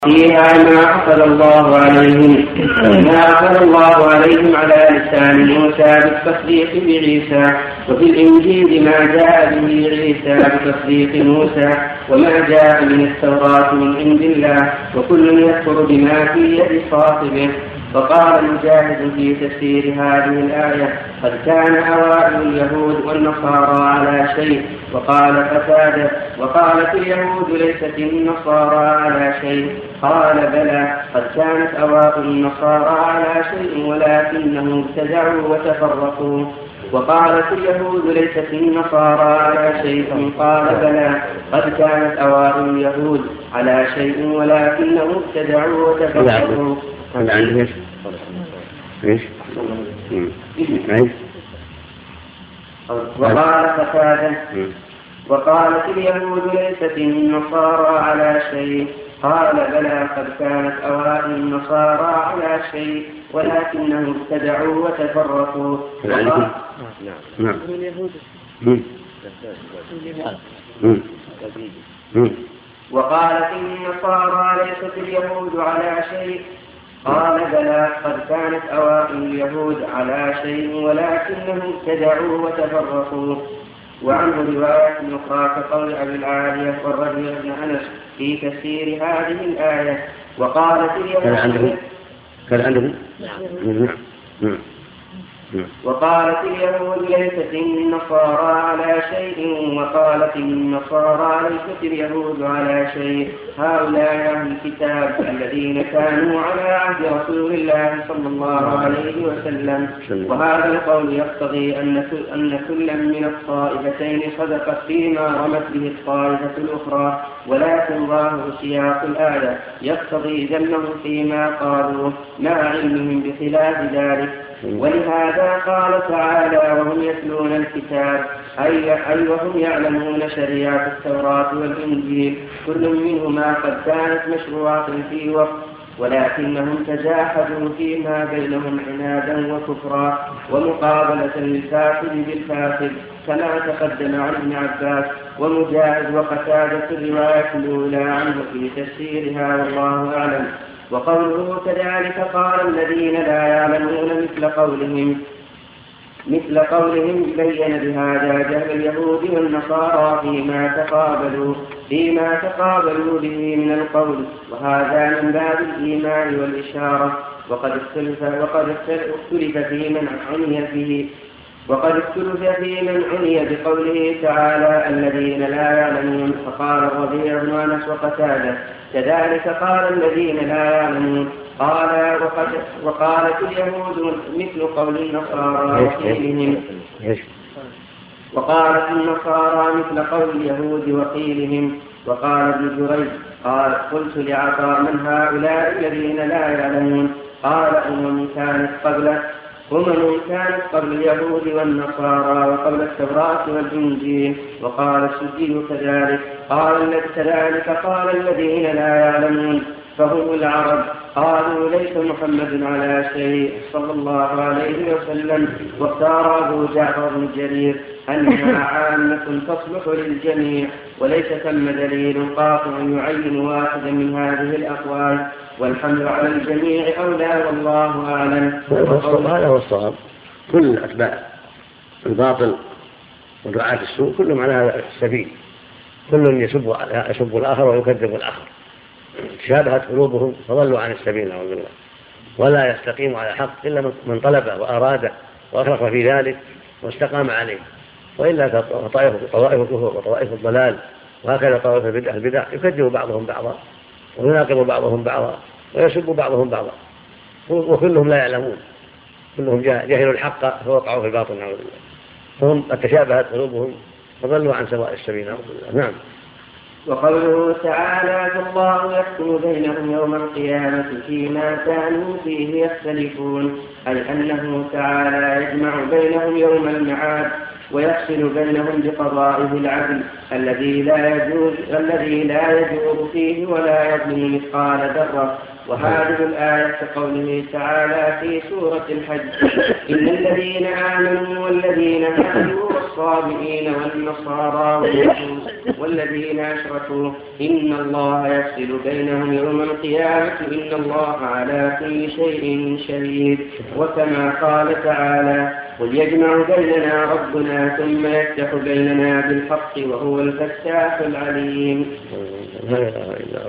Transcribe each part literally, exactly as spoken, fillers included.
فيها ما أخذ الله عليهم ما أخذ الله عليهم على لسان موسى بالتصديق بعيسى، وفي الإنجيل ما جاء به عيسى بتصديق موسى وما جاء من التوراة من عند الله، وكل يكفر بما في يد صاحبه. وقال مجاهد في تفسير هذه الآية: قد كان أوائل اليهود والنصارى على شيء. وقال قتادة: وقالت اليهود ليست النصارى على شيء. قال: بلى، قد كانت أوائل النصارى على شيء ولكنهم ابتدعوا وتفرقوا. وقالت اليهود ليست النصارى على شيء. قال: بلى، قد كانت أوائل اليهود على شيء ولكنهم ابتدعوا وتفرقوا. هذا عندي ايش؟ ايش؟ ايش؟ وقال قتادة: وقالت اليهود ليست النصارى على شيء. قال: بلى، قد كانت أوائل النصارى على شيء ولكنهم ابتدعوا وتفرقوا. نعم نعم. وقالت النصارى ليست اليهود على شيء. قال: بلى، قد كانت أوائل اليهود على شيء ولكنهم ابتدعوا وتفرقوا. وعنه رواية أخرى كقول أبي العالية والربيع بن أنس في تفسير هذه الآية: وقالت اليهود كان عندهم نعم نعم. وقالت اليهود ليست النصارى على شيء وقالت النصارى ليست اليهود على شيء. هؤلاء أهل الكتاب الذين كانوا على عهد رسول الله صلى الله عليه وسلم. وهذا القول يقتضي أن كل من الطائفتين صدقت فيما رمت به الطائفة الأخرى، ولكن ظاهر سياق الآية يقتضي ذمهم فيما قالوا مع علمهم بخلاف ذلك. ولهذا قال تعالى: وهم يتلون الكتاب، أي, أي وهم يعلمون شريعة التوراة والإنجيل، كل منهما قد كانت مشروعة في وقت، ولكنهم تجاحدوا فيما بينهم عنادا وكفرا ومقابلة للفاسد بالفاسد، كما تقدم عن ابن عباس ومجاهد وقتادة الرواية الأولى عنه في تفسيرها، والله أعلم. وقوله كذلك قال الذين لا يعلمون مثل قولهم مثل قولهم بين بهذا جهل اليهود والنصارى فيما تقابلوا فيما تقابلوا به من القول، وهذا من باب الإيمان والإشارة. وقد اختلف وقد اختلف في من عني فيه وقد اختلف في من عني بقوله تعالى: الذين لا يعلمون. فقال الربيع بن أنس وقتادة: كذلك قال الذين لا يعلمون. قال: وقد وقالت اليهود مثل قول النصارى وقيلهم وقالت النصارى مثل قول اليهود وقيلهم. وقال ابن جريج: قال: قلت لعطاء: من هؤلاء الذين لا يعلمون؟ قال: أمم كانت قبله أمم كانت قبل اليهود والنصارى وقبل التوراة والإنجيل. وقال السدي: كذلك قال كذلك قال الذين لا يعلمون فهم العرب. قالوا: ليس محمد على شيء صلى الله عليه وسلم. واختار أبو جعفر بن جرير أنها عامة تصلح للجميع، وليس ثم دليل قاطع يعين واحدا من هذه الأقوال، والحمل على الجميع أولى، والله أعلم. هذا هو الصواب. كل أتباع الباطل ودعاة السوء كلهم على هذا السبيل، كل يسب يسب الآخر ويكذب الآخر، تشابهت قلوبهم فضلوا عن السبيل نعوذ بالله. ولا يستقيم على حق إلا من طلبه وأراده وأخلق في ذلك واستقام عليه، وإلا طوائف الكفر وطوائف الضلال وهكذا طوائف البدع يكذب بعضهم بعضا ويناقض بعضهم بعضا ويسب بعضهم بعضا، وكلهم لا يعلمون، كلهم جاهلوا الحق فوقعوا في الباطل نعوذ بالله. فهم قد تشابهت قلوبهم فضلوا عن سواء السبيل نعوذ بالله. نعم. وقوله تعالى: فالله يحكم بينهم يوم القيامة فيما كانوا فيه يختلفون، أي أنه تعالى يجمع بينهم يوم المعاد ويفصل بينهم بقضائه العدل الذي لا يجوز الذي لا يجوز فيه ولا يظلم مثقال ذرة، وهذه الآية كقوله تعالى في سورة الحج: إن الذين آمنوا والذين هادوا والصابئين والنصارى والمجوس والذين أشركوا إن الله يفصل بينهم يوم القيامة إن الله على كل شيء شهيد. وكما قال تعالى: قل يجمع بيننا ربنا ثم يفتح بيننا بالحق وهو الفتاح العليم. لا إله إلا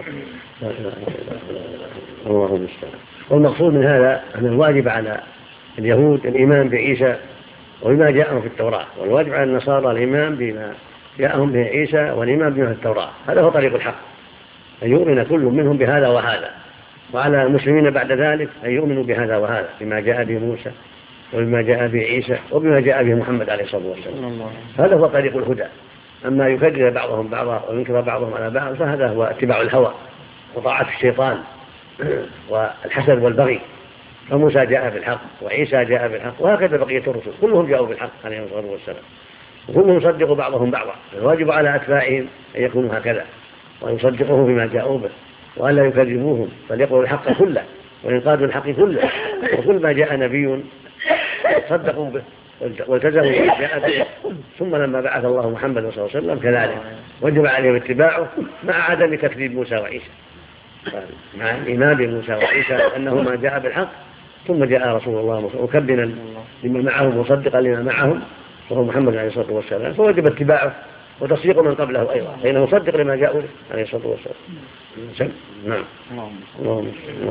الله المستعان. والمقصود من هذا أن الواجب على اليهود الإيمان بعيسى وبما جاءهم في التوراة، والواجب على النصارى الإيمان بما جاءهم به عيسى والإيمان بما في التوراة. هذا هو طريق الحق، أن يؤمن كل منهم بهذا وهذا، وعلى المسلمين بعد ذلك أن يؤمنوا بهذا وهذا، بما جاء به موسى وبما جاء به عيسى وبما جاء به محمد عليه الصلاة والسلام. هذا هو طريق الهدى. أما يكذب بعضهم بعضا وينكر بعضهم على بعض فهذا هو اتباع الهوى وطاعة الشيطان والحسد والبغي. فموسى جاء بالحق وعيسى جاء بالحق وهكذا بقية الرسل كلهم جاءوا بالحق عليهم الصلاة والسلام، وكلهم يصدقوا بعضهم بعضا. الواجب على أتباعهم أن يكونوا هكذا وأن يصدقوهم بما جاءوا به وأن لا يكذبوهم، بل يقولوا الحق كله وينقادوا الحق كله، وكل ما جاء نبي صدقوا به والتزموا بما جاء به. ثم لما بعث الله محمد صلى الله عليه وسلم كذلك وجب عليهم اتباعه مع عدم تكذيب موسى وعيسى، مع الإيمان بموسى وعيسى أنهما جاء بالحق، ثم جاء رسول الله مكبلا لما معهم مصدقا لما معهم وهو محمد عليه الصلاة والسلام، فوجب اتباعه وتصديق من قبله أيضا فإنه مصدق لما جاءوا به عليه الصلاة والسلام. نعم. اللهم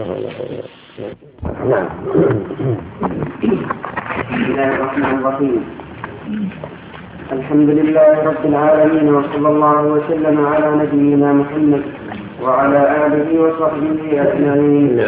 نعم. بسم الله الرحمن الرحيم. الحمد لله رب العالمين، وصلى الله وسلم على نبينا محمد وعلى آله وصحبه أجمعين.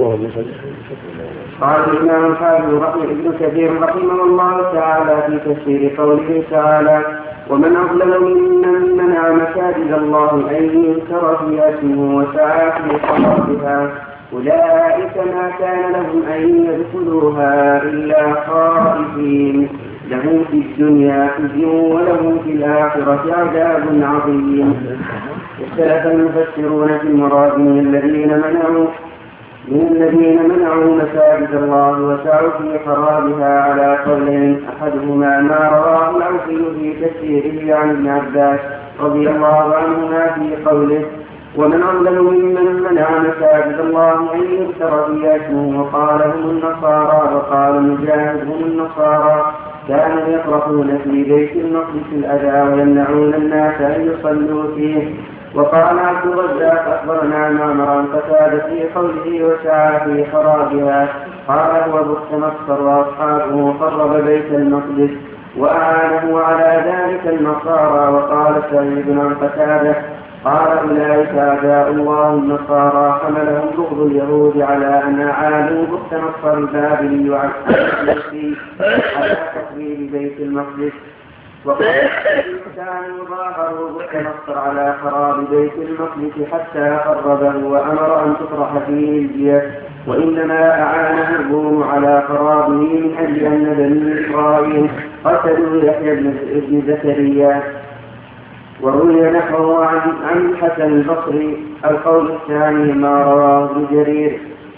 قال الإمام الحافظ ابن كثير رحمه الله تعالى في تفسير قوله تعالى: ومن أظلم ممن منع مساجد الله أن يذكر فيها اسمه وسعى في خرابها أولئك ما كان لهم أن يدخلوها إلا خائفين لهم في الدنيا خزي ولهم في الآخرة عذاب عظيم. اختلف المفسرون في المراد من الذين منعوا من الذين منعوا مساجد الله وسعوا في خرابها على قولين، أحدهما ما رواه العوفي في تفسيره عن ابن عباس رضي الله عنهما في قوله: ومن أظلم ممن منع مساجد الله أن يذكر فيها اسمه وقال هم النصارى، وقال مجاهد هم النصارى كانوا يطرحون في بيت المقدس الأذى ويمنعون الناس أن يصلوا فيه. وقال عبد الرزاق أخبرنا معمر قتادة في قوله وسعى في خرابها قال هو بخت مصر وأصحابه خرب بيت المقدس وأعانه على ذلك النصارى. وقال سعيد عن قتادة قال أولئك أعداء الله النصارى حملهم بغض اليهود على أن أعانوا بخت مصر البابلي على تخريب بيت المقدس. وقال كانوا ظاهروا بخت مصر على خراب بيت المقدس حتى خربه وأمر أن تطرح فيه الجيش، وإنما أعانه الروم على خرابه من أجل أن بني إسرائيل قتلوا يحيى بن زكريا. وروي نحوه عن عن الحسن البصري. القول الثاني ما رواه ابن جرير.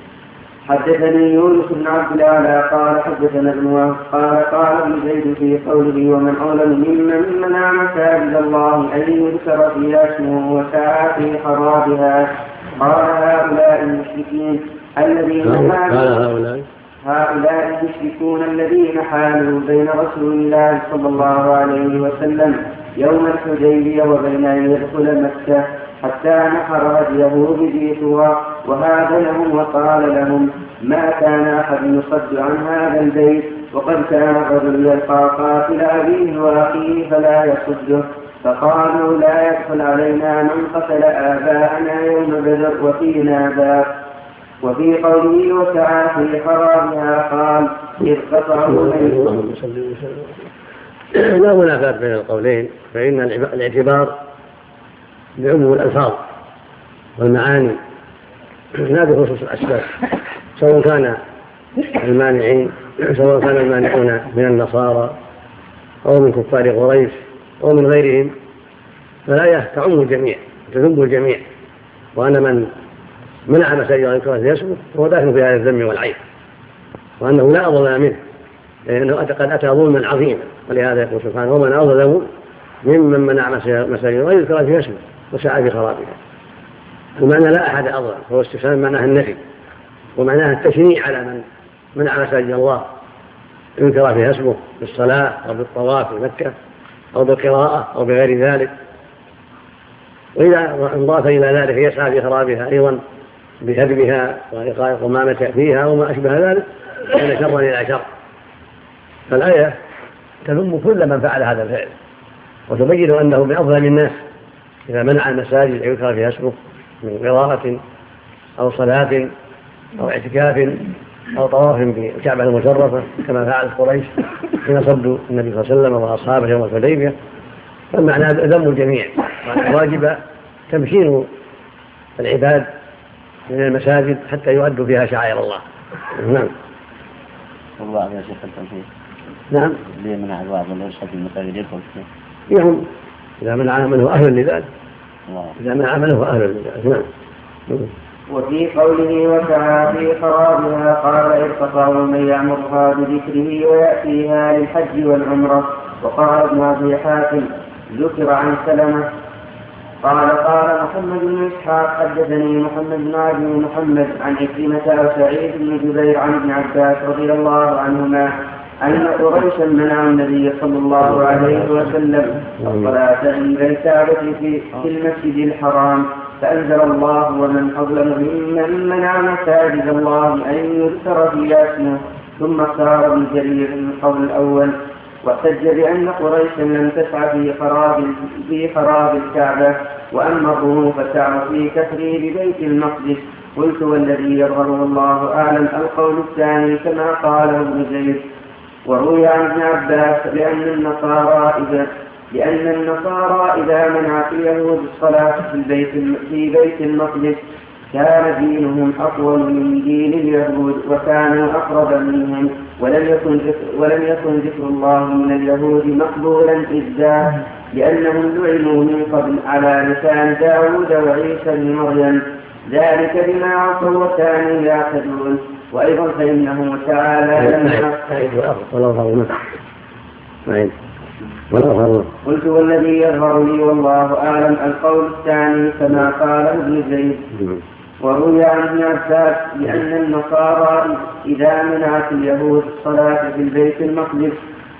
حدثني يونس بن عبد الأعلى قال حدثنا ابن وهب قال قال ابن زيد في قوله ومن أظلم ممن منع مساجد الله أن يذكر فيها اسمه وسعى في خرابها قال هؤلاء المشركين الذين حالوا هؤلاء المشركون الذين حالوا بين رسول الله صلى الله عليه وسلم يوم الحديبية وبين أن يدخل مكة حتى نحر هديه بذي طوى وهذا لهم وقال لهم ما كان أحد يصد عن هذا البيت وقد كان الرجل يلقى قاتل أبيه وأخيه فلا يصده، فقالوا لا يدخل علينا من قتل آباءنا يوم بدر وفينا باب. وفي قوله وسعى في خرابها قال إذ قطعوا لا منافاة بين القولين، فإن الاعتبار بعموم الألفاظ والمعاني لا بخصوص الأسباب، سواء كان المانعين سواء كان المانعون من النصارى أو من كفار قريش أو من غيرهم، فالآية تعم الجميع تذم الجميع، وأن من منع مساجد الله يذكر فيها اسمه فهو داخل في هذا الذم والعيب، وأنه لا أظلم منه لأنه قد أتى ظلما عظيما. ولهذا يقول سبحانه ومن أظلم ممن منع مساجد الله يذكر فيها اسمه وسعى في خرابها. المعنى لا أحد أظلم، هو استفهام معناه النفي ومعناه التشنيع على من منع مساجد الله يذكر فيها اسمه بالصلاة أو بالطواف في مكة أو بالقراءة أو بغير ذلك. وإذا انضاف إلى ذلك يسعى في خرابها أيضا بهدمها وإلقاء القمامة فيها وما أشبه ذلك كان شرا إلى شر. فالآية تذم كل من فعل هذا الفعل وتبين أنه من أظلم الناس إذا منع المساجد يذكر فيها اسمه من قراءة أو صلاة أو اعتكاف أو طواف بالكعبة المشرفة كما فعل قريش حين صدوا النبي صلى الله عليه وسلم وأصحابه يوم الحديبية. فالمعنى ذم الجميع، واجب تمكين العباد من المساجد حتى يؤدوا فيها شعائر الله. نعم. والله يا شيخ التنفيذ. نعم. ليه منع البعض من يشهد المساجد يدخل فيه؟ يهم إذا منع من هو أهل لذلك. الله. إذا منع من هو أهل لذلك. نعم. وفي قوله وسعى في خرابها قال ارتقى من يعمرها بذكره ويأتيها للحج والعمرة. وقال ابن أبي حاتم ذكر عن سلمة قال قال محمد بن إسحاق حدثني محمد بن عبد محمد عن عكرمة أو سعيد بن جبير عن ابن عباس رضي الله عنهما أن قريشا منعوا النبي صلى الله عليه وسلم الصلاة عند الكعبة في المسجد الحرام فأنزل الله ومن أظلم ممن منع مساجد الله أن يذكر فيها اسمه. ثم اختار ابن جرير من القول الأول واحتج بأن قريشا لم تسعى في خراب في خراب الكعبة وأما الروم فسعوا في تخريب بيت المقدس. قلت والذي يظهر الله أعلم القول الثاني كما قاله ابن زيد. وروي عن ابن عباس بأن النصارى إذا لأن النصارى إذا منعت اليهود الصلاة في البيت في بيت المقدس كان دينهم أقوى من دين اليهود وكانوا أقرب منهم ولم يكن ولم يكن ذكر الله من اليهود مقبولا إذ لأنهم لعنوا من قبل على لسان داود وعيسى بن مريم ذلك بما عصوا وكانوا يعتدون. وأيضا فإنه تعالى قلت والذي يظهر لي والله أعلم القول الثاني كما قال ابن زيد. وروي عن ابن عباس بأن النصارى إذا منعت اليهود الصلاة في البيت المقدس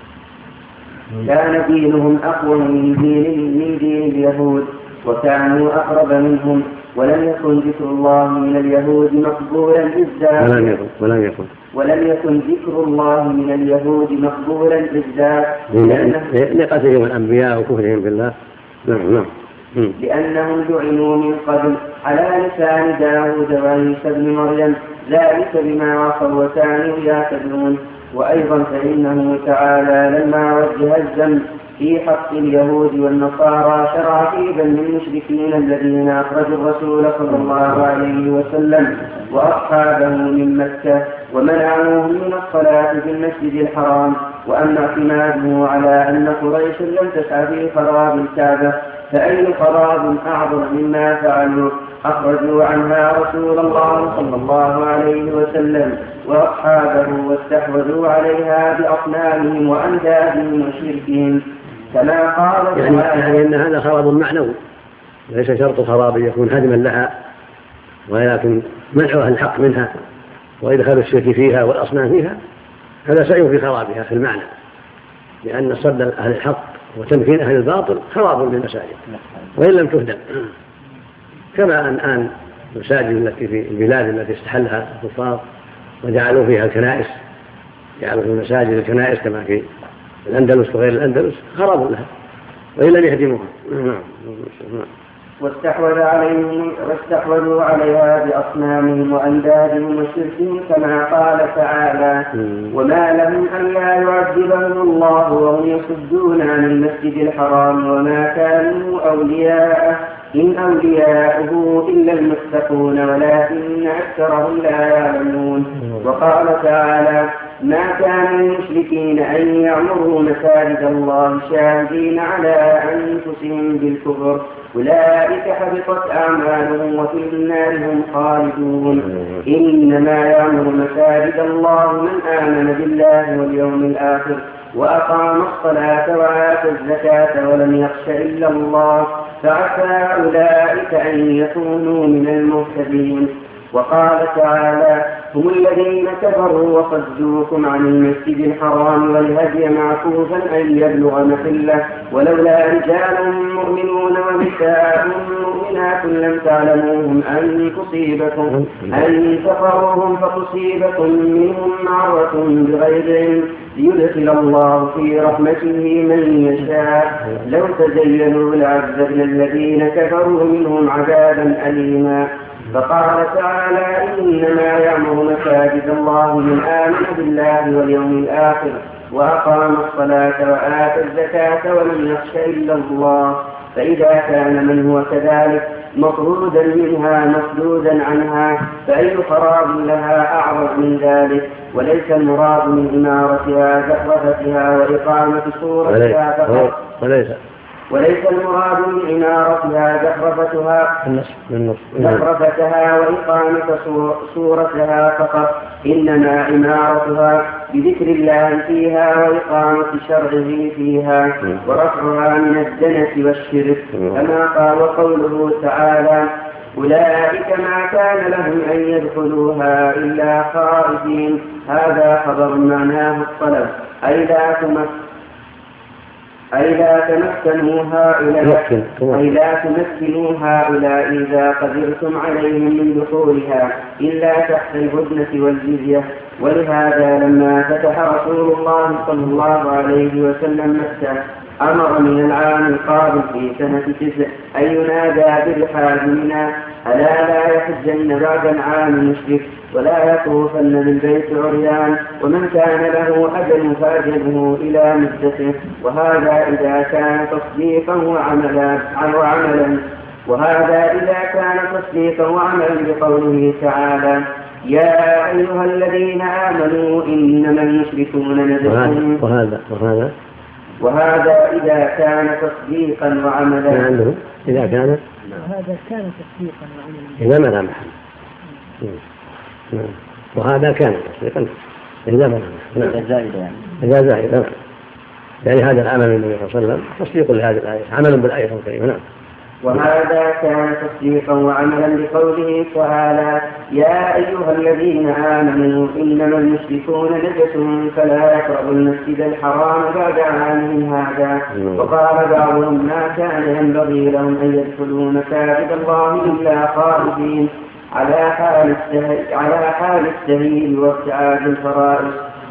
كان دينهم أقوى من دين من دين اليهود وكانوا أقرب منهم ولم يكن ذكر الله من اليهود مقبولا بالذات ولم يكن ولم يكن ولم يكن ذكر الله من اليهود مقبولا بالذات لقتلهم الأنبياء وكفرهم بالله. نعم نعم. لأنهم لعنوا من قبل على لسان داود وعيسى بن مريم ذلك بما عصوا وكانوا يعتدون. وأيضا فإنه تعالى لما وجه الذنب في حق اليهود والنصارى شرع في ذم المشركين الذين أخرجوا الرسول صلى الله عليه وسلم وأصحابه من مكة ومنعوهم من الصلاة في المسجد الحرام. وأما اعتماده على أن قريشا لم تسعى في خراب الكعبة فأي خراب أعظم مما فعلوا أخرجوا عنها رسول الله صلى الله عليه وسلم وأصحابه واستحوذوا عليها بأصنامهم وأندادهم وشركهم كما قال يعني, يعني أن هذا خراب معنوي ليس شرط خراب يكون هدما لها ولكن منعها الحق منها وإدخال الشرك فيها والأصنام فيها هذا سعي في خرابها في المعنى لأن صد أهل الحق وتمكين أهل الباطل خراب للمساجد وإن لم تهدم كما الآن المساجد التي في البلاد التي استحلها الكفار وجعلوا فيها الكنائس جعلوا في المساجد الكنائس كما في الأندلس وغير الأندلس خراب لها وإن لم يهدموها. واستحوذ عليهم واستحوذوا عليها بأصنامهم وأندادهم وشركهم كما قال تعالى وما لهم ألا يعذبهم الله وهم يصدون عن المسجد الحرام وما كانوا أولياءه إن أولياؤه إلا المتقون ولكن أكثرهم لا يعلمون. وقال تعالى: ما كان للمشركين أن يعمروا مساجد الله شاهدين على أنفسهم بالكفر أولئك حبطت أعمالهم وفي النار هم خالدون. إنما يعمر مساجد الله من آمن بالله واليوم الآخر وأقام الصلاة وآتى الزكاة ولم يخش إلا الله فعسى أولئك أن يكونوا من المهتدين. وقال تعالى: هم الذين كفروا وصدوكم عن المسجد الحرام والهدي معكوفا أن يبلغ محله ولولا رجال مؤمنون ونساء مؤمنات لم تعلموهم أن تصيبكم أن تقروهم فتصيبكم منهم معرة بغير علم ليدخل الله في رحمته من يشاء لو تزينوا لعذبنا الذين كفروا منهم عذابا أليما. فقال تعالى: إنما يعمر مساجد الله من آمن بالله واليوم الآخر وأقام الصلاة وآتى الزكاة ولم يخش إلا الله. فإذا كان من هو كذلك مطرودا منها مسدودا عنها فأي خراب لها أعظم من ذلك؟ وليس المراد من إمارتها زخرفتها وإقامة صورتها فقط وليس وليس المراد من إمارتها زخرفتها زخرفتها وإقامة صورتها فقط، إنما إمارتها بذكر الله فيها وإقامة شرعه فيها ورفعها من الدنس والشرك، كما قال قوله تعالى: أولئك ما كان لهم أن يدخلوها إلا خائفين. هذا خبر معناه الطلب، أي لا تمس أي لا تمكنوا هؤلاء أي لا تمكنوا هؤلاء إذا قدرتم عليهم من دخولها إلا تحت الهدنة والجزية. ولهذا لما فتح رسول الله صلى الله عليه وسلم مكة أمر من العام القادم في سنة تسع أن ينادى بالرحال منا: ألا لا يحجن بعد العام مشرك ولا يطوفن بالبيت عريان، ومن كان له أجل فأجله إلى مدته. وهذا إذا كان تصديقا وعملا وعملا وهذا إذا كان تصديقا وعملا بقوله تعالى: يا أيها الذين آمنوا إنما المشركون نجس. وهذا وهذا وهذا إذا كان تصديقا وعملا. عنده إذا كان وهذا كان تصديقا وعملا. إذا ما لا محل. وهذا كان تصديقا إذا ما لا محل. إذا زائد يعني. إذا زائد نعم. يعني هذا العمل من النبي صلى الله عليه وسلم تصديق لهذه الآية، عمل بالآية الكريمة. نعم. وهذا كان تصديقا وعملا بقوله تعالى: يا أيها الذين آمنوا إنما المشركون نجس فلا يقربوا المسجد الحرام بعد عامهم هذا. وقال بعضهم: ما كان ينبغي لهم أن يدخلوا مساجد الله إلا خائفين على حال على حال التهيئ وابتعاد الفرائض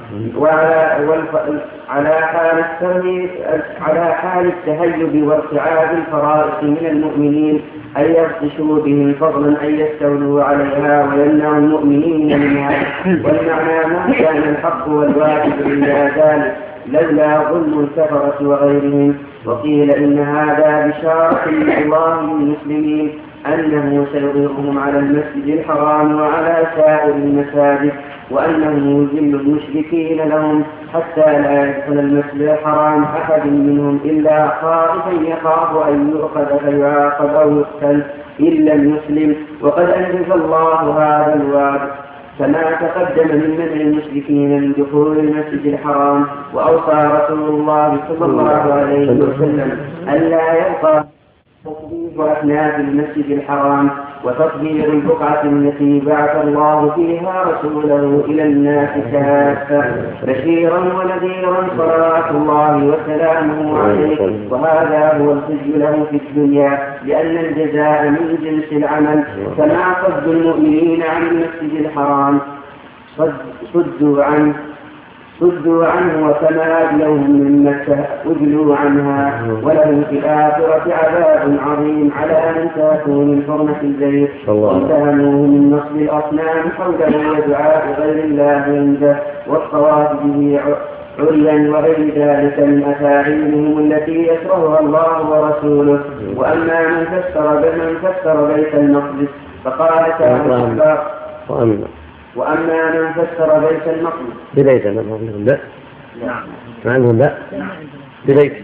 وعلى والف... على حال التهيب على حال التهيب وارتعاد الفرائض من المؤمنين أن يبطشوا بهم فضلا أن يستولوا عليها ويمنعوا المؤمنين منها. والمعنى: ما كان الحق والواجب إلا ذلك لولا ظلم الكفرة وغيرهم. وقيل إن هذا بشارة من الله للمسلمين أنه سيظهرهم على المسجد الحرام وعلى سائر المساجد، وأنه يذل المشركين لهم حتى لا يدخل المسجد الحرام أحد منهم إلا خائفا يخاف أن يؤخذ فيعاقب أو يقتل إن لم يسلم. وقد أنجز الله هذا الوعد كما تقدم من منع المشركين من دخول المسجد الحرام. وأوصى رسول الله صلى الله عليه وسلم ألا يبقى تطبيق أحناف المسجد الحرام وتطهير البقعة التي بعث الله فيها رسوله إلى الناس كافة بشيرا ونذيرا صلوات الله وسلامه عليه. وهذا هو الخزي له في الدنيا، لأن الجزاء من جنس العمل. كما صد المؤمنين عن المسجد الحرام صد صدوا عنه صدوا عنه وكما أجلوهم من مكة أجلوا عنها. ولهم في الآخرة عذاب عظيم على من تاكوا من حرمة البيت واتهموه من نصب الأصنام حوله ودعاء غير الله عنده والطواف به عريا وغير ذلك من أفاعيلهم التي يكرهها الله ورسوله. وأما من فسر من فسر بيت المقدس فقال تعالى وأما من فسر بيت المقدس ببيت المقدس لا نعم ما عندهم لا ببيت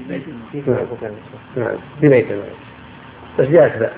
نعم ببيت بس جاءت بقى.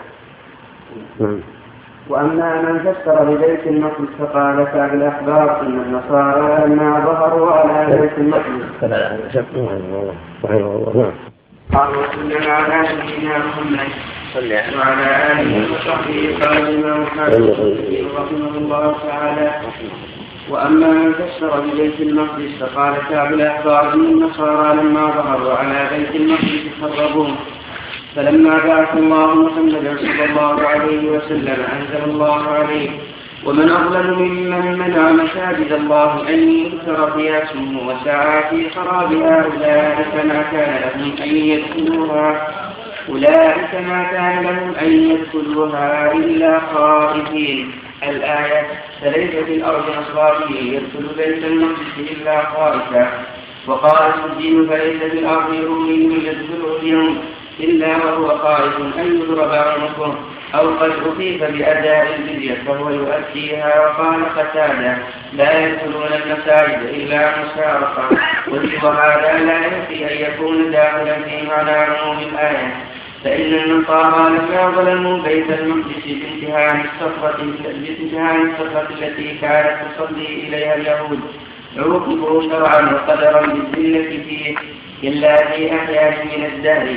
وأما من فسر ببيت المقدس فقال كعب الأحبار إن النصارى لما ظهروا على بيت المقدس رحمه الله قالوا وسلم على سيدنا محمد وعلى آله وصحبه قال الإمام أحمد رحمه الله تعالى وأما من فسر ببيت المقدس فقال كعب الأحبار إن النصارى لما ظهروا على بيت المقدس خربوه فلما بعث الله محمدا صلى الله عليه وسلم أنزل الله عليه ومن أظلم ممن منع مساجد الله أن يذكر فيها اسمه وسعى في خرابها أولئك ما كان لهم أن يدخلوها أولئك ما كان لهم أن يدخلوها إلا خائفين. الآية فليس في الأرض أصحابه يدخل بيت المقدس إلا خائفا. وقال الدين فليس في الأرض يؤمن يدخله اليوم إلا وهو خائف أن يضرب عنقه أو قد أصيب بأداء الجزية فهو يؤديها. وقال قتادة لا يدخلون المساجد إلا مشارقة. قلت وهذا لا يكفي أن يكون داخلا في معنى عموم الآية فإن النصارى لما ظلموا بيت المقدس بانتهاء الصخرة التي كانت تصلي إليها اليهود عوقبوا شرعا وقدرا بالذلة فيه إلا في أحيان من الدهر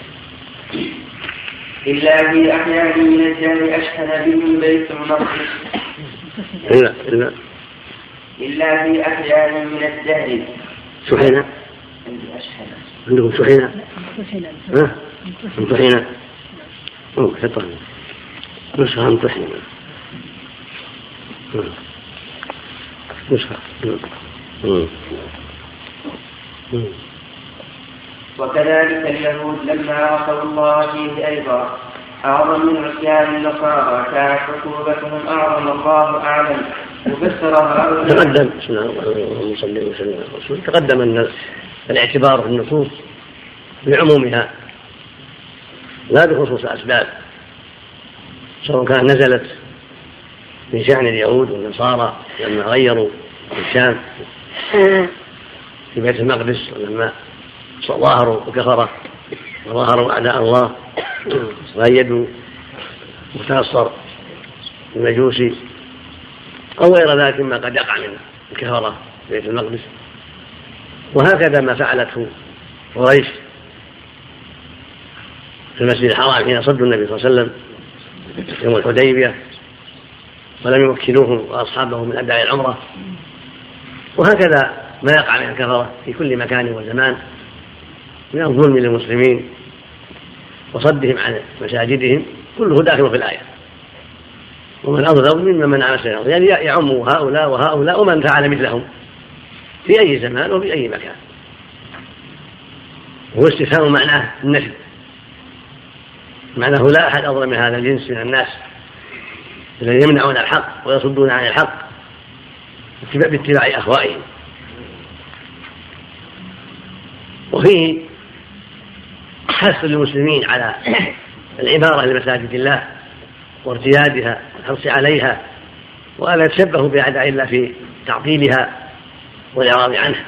إلا في أحيان من الدهر أشحن بهم بيت المقدس إلا إلا إلا في أحيان من الدهر سحينة عندكم سحينة ها سحينة أو حطها نسخة مطحنة نسخة وكذلك اليهود لما عصوا الله فيه أيضا أعظم من عصيان النصارى كانت عقوبتهم أعظم الله أعلم. وفسرها تقدم بسم الله الرحمن الرحيم تقدم أن الاعتبار في النصوص بعمومها لا بخصوص أسباب سواء كان نزلت من شأن اليهود والنصارى لما غيروا الشام في بيت المقدس ولما ظاهروا وكفروا وظاهروا أعداء الله وأيدوا متنصر المجوسي أو غير ذلك مما قد يقع من الكفرة في بيت المقدس. وهكذا ما فعلته قريش في المسجد الحرام حين صدوا النبي صلى الله عليه وسلم يوم الحديبية ولم يمكنوه وأصحابه من أداء العمرة. وهكذا ما يقع من الكفرة في كل مكان وزمان من الظلم للمسلمين وصدهم عن مساجدهم كله داخل في الآية. ومن أظلم ممن منع مساجد الله يعني يعم هؤلاء وهؤلاء ومن فعل مثلهم في أي زمان وفي أي مكان. هو استفهام معناه النفي معناه لا أحد أظلم من هذا الجنس من الناس الذين يمنعون الحق ويصدون عن الحق باتباع أهوائهم. وفيه حث للمسلمين على العمارة لمساجد الله وارتيادها والحرص عليها وألا يتشبهوا بأعداء الله في تعطيلها والإعراض عنها،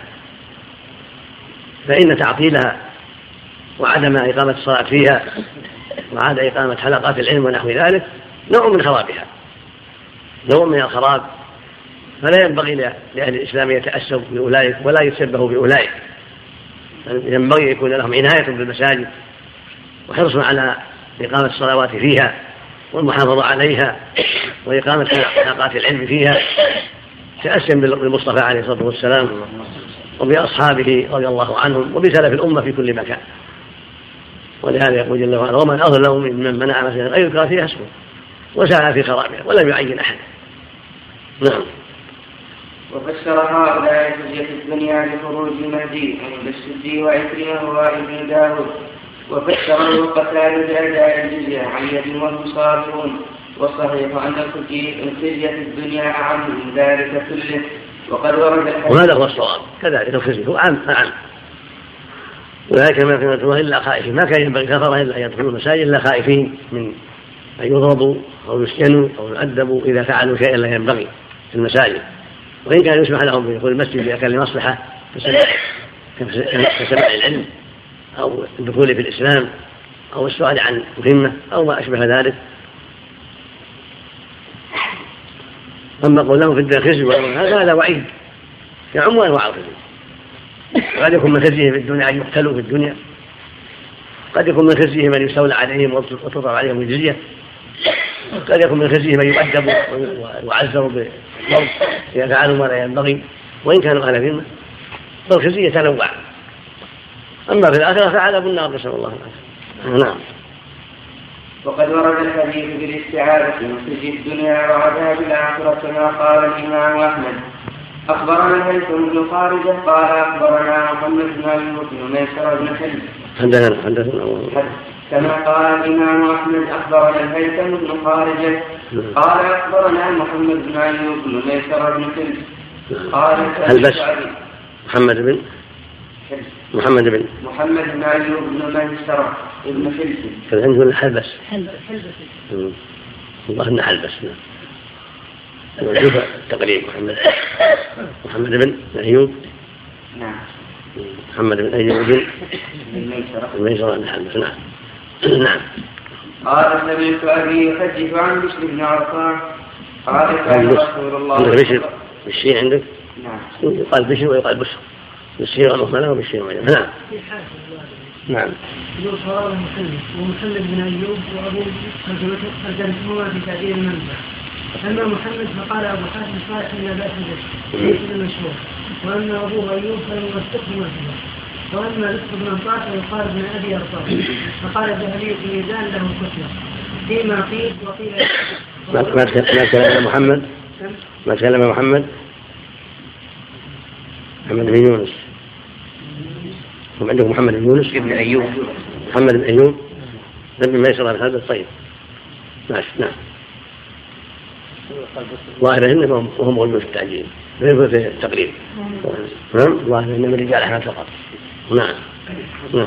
فإن تعطيلها وعدم إقامة الصلاة فيها وعدم إقامة حلقات العلم ونحو ذلك نوع من خرابها، نوع من الخراب. فلا ينبغي لأهل الإسلام يتأسوا بأولئك ولا يتشبهوا بأولئك، ينبغي يكون لهم عناية بالمساجد وحرص على إقامة الصلوات فيها والمحافظة عليها وإقامة حلقات العلم فيها تأسيا بالمصطفى عليه الصلاة والسلام وبأصحابه رضي الله عنهم وبسلف الأمة في كل مكان. ولهذا يقول جل وعلا ومن أظلم ممن منع مساجد أن يذكر فيها اسمه وسعى في خرابها ولم يعين أحد. نعم. وفسر هؤلاء جزية الدنيا بخروج المهدي عند السدي وعكرمة وابن داود. وفسره قتال بأداء الجزية عن يد وهم صابرون. والصحيح أن الخزي الدنيا أعم من ذلك كله وقد ورد الحديث. وهذا هو الصواب كذلك الخزي هو عام عام، وذلك ما كان يدخلون إلا خائفين، ما كان ينبغي كفرة إلا أن يدخلوا المساجد إلا خائفين من أن يضربوا أو يسجنوا أو يؤدبوا إذا فعلوا شيئا لا ينبغي في المساجد، وإن كان يسمح لهم بدخول المسجد لأكل مصلحة كسماع العلم أو الدخول في الإسلام أو السؤال عن مهمة أو ما أشبه ذلك. أما قولهم في الدنيا خزي هذا هذا وعيد يعم أنواع الخزي، قد يكون من خزيه في الدنيا أن يقتلوا في الدنيا، قد يكون من خزيه من يستولى عليهم وتطلع عليهم الجزية، قد يكون من خزيه من يؤدبوا ويعزروا بالضرب إذا فعلوا ما لا ينبغي وإن كانوا أهل ذمة، فالخزي يتنوع. أما في الآخرة فعذاب النار نسأل الله العافية. نعم. وقد ورد الحديث بالاستعاذة من خزي الدنيا وعذاب الآخرة كما قال الإمام أحمد. أخبرنا هيثم بن خارجة قال أخبرنا محمد بن أيوب بن ميسر بن حلب حدثنا حدثنا كما قال الإمام أحمد أخبرنا الهيثم بن خارجة قال أخبرنا محمد بن أيوب بن ميسر بن حلب قال هل بس محمد بن محمد بن محمد بن أيوب بن ميسر بن حلب كان عنده الحلبس حلبس والله إنه حلبس. نشوف التقريب. محمد محمد بن أيوب نعم محمد بن أيوب بن الميسر بن حلبس. نعم نعم. قال سمعت أبي يحدث عن بشر بن عرفان قال كان رسول الله عندك بشر بالشين عندك؟ نعم يقال بشر ويقال بشر بالشين والمهملة وبالشين والمهملة. نعم نعم. يقول صواب محمد ومحمد بن أيوب وأبو ترجمتهما في تعديل المنبع. أما محمد فقال أبو حاتم صالح لا بأس به ليس بالمشهور، وأما أبوه أيوب فلنوثقه مثله، وأما لطف بن أنطاس فيقال ابن أبي أرطاس، فقال الذهبي في ميزان له كتلة فيما قيل وقيل ما تكلم محمد ما تكلم محمد محمد بن يونس. هم عندكم محمد بن يونس ابن أيوب محمد بن أيوب ابن ميسر هذا طيب ماشي. نعم. ظاهر إنهم وهم غلوا في التعجيل غير في التقريب. نعم ظاهر إنهم رجال أحمد فقط. نعم نعم.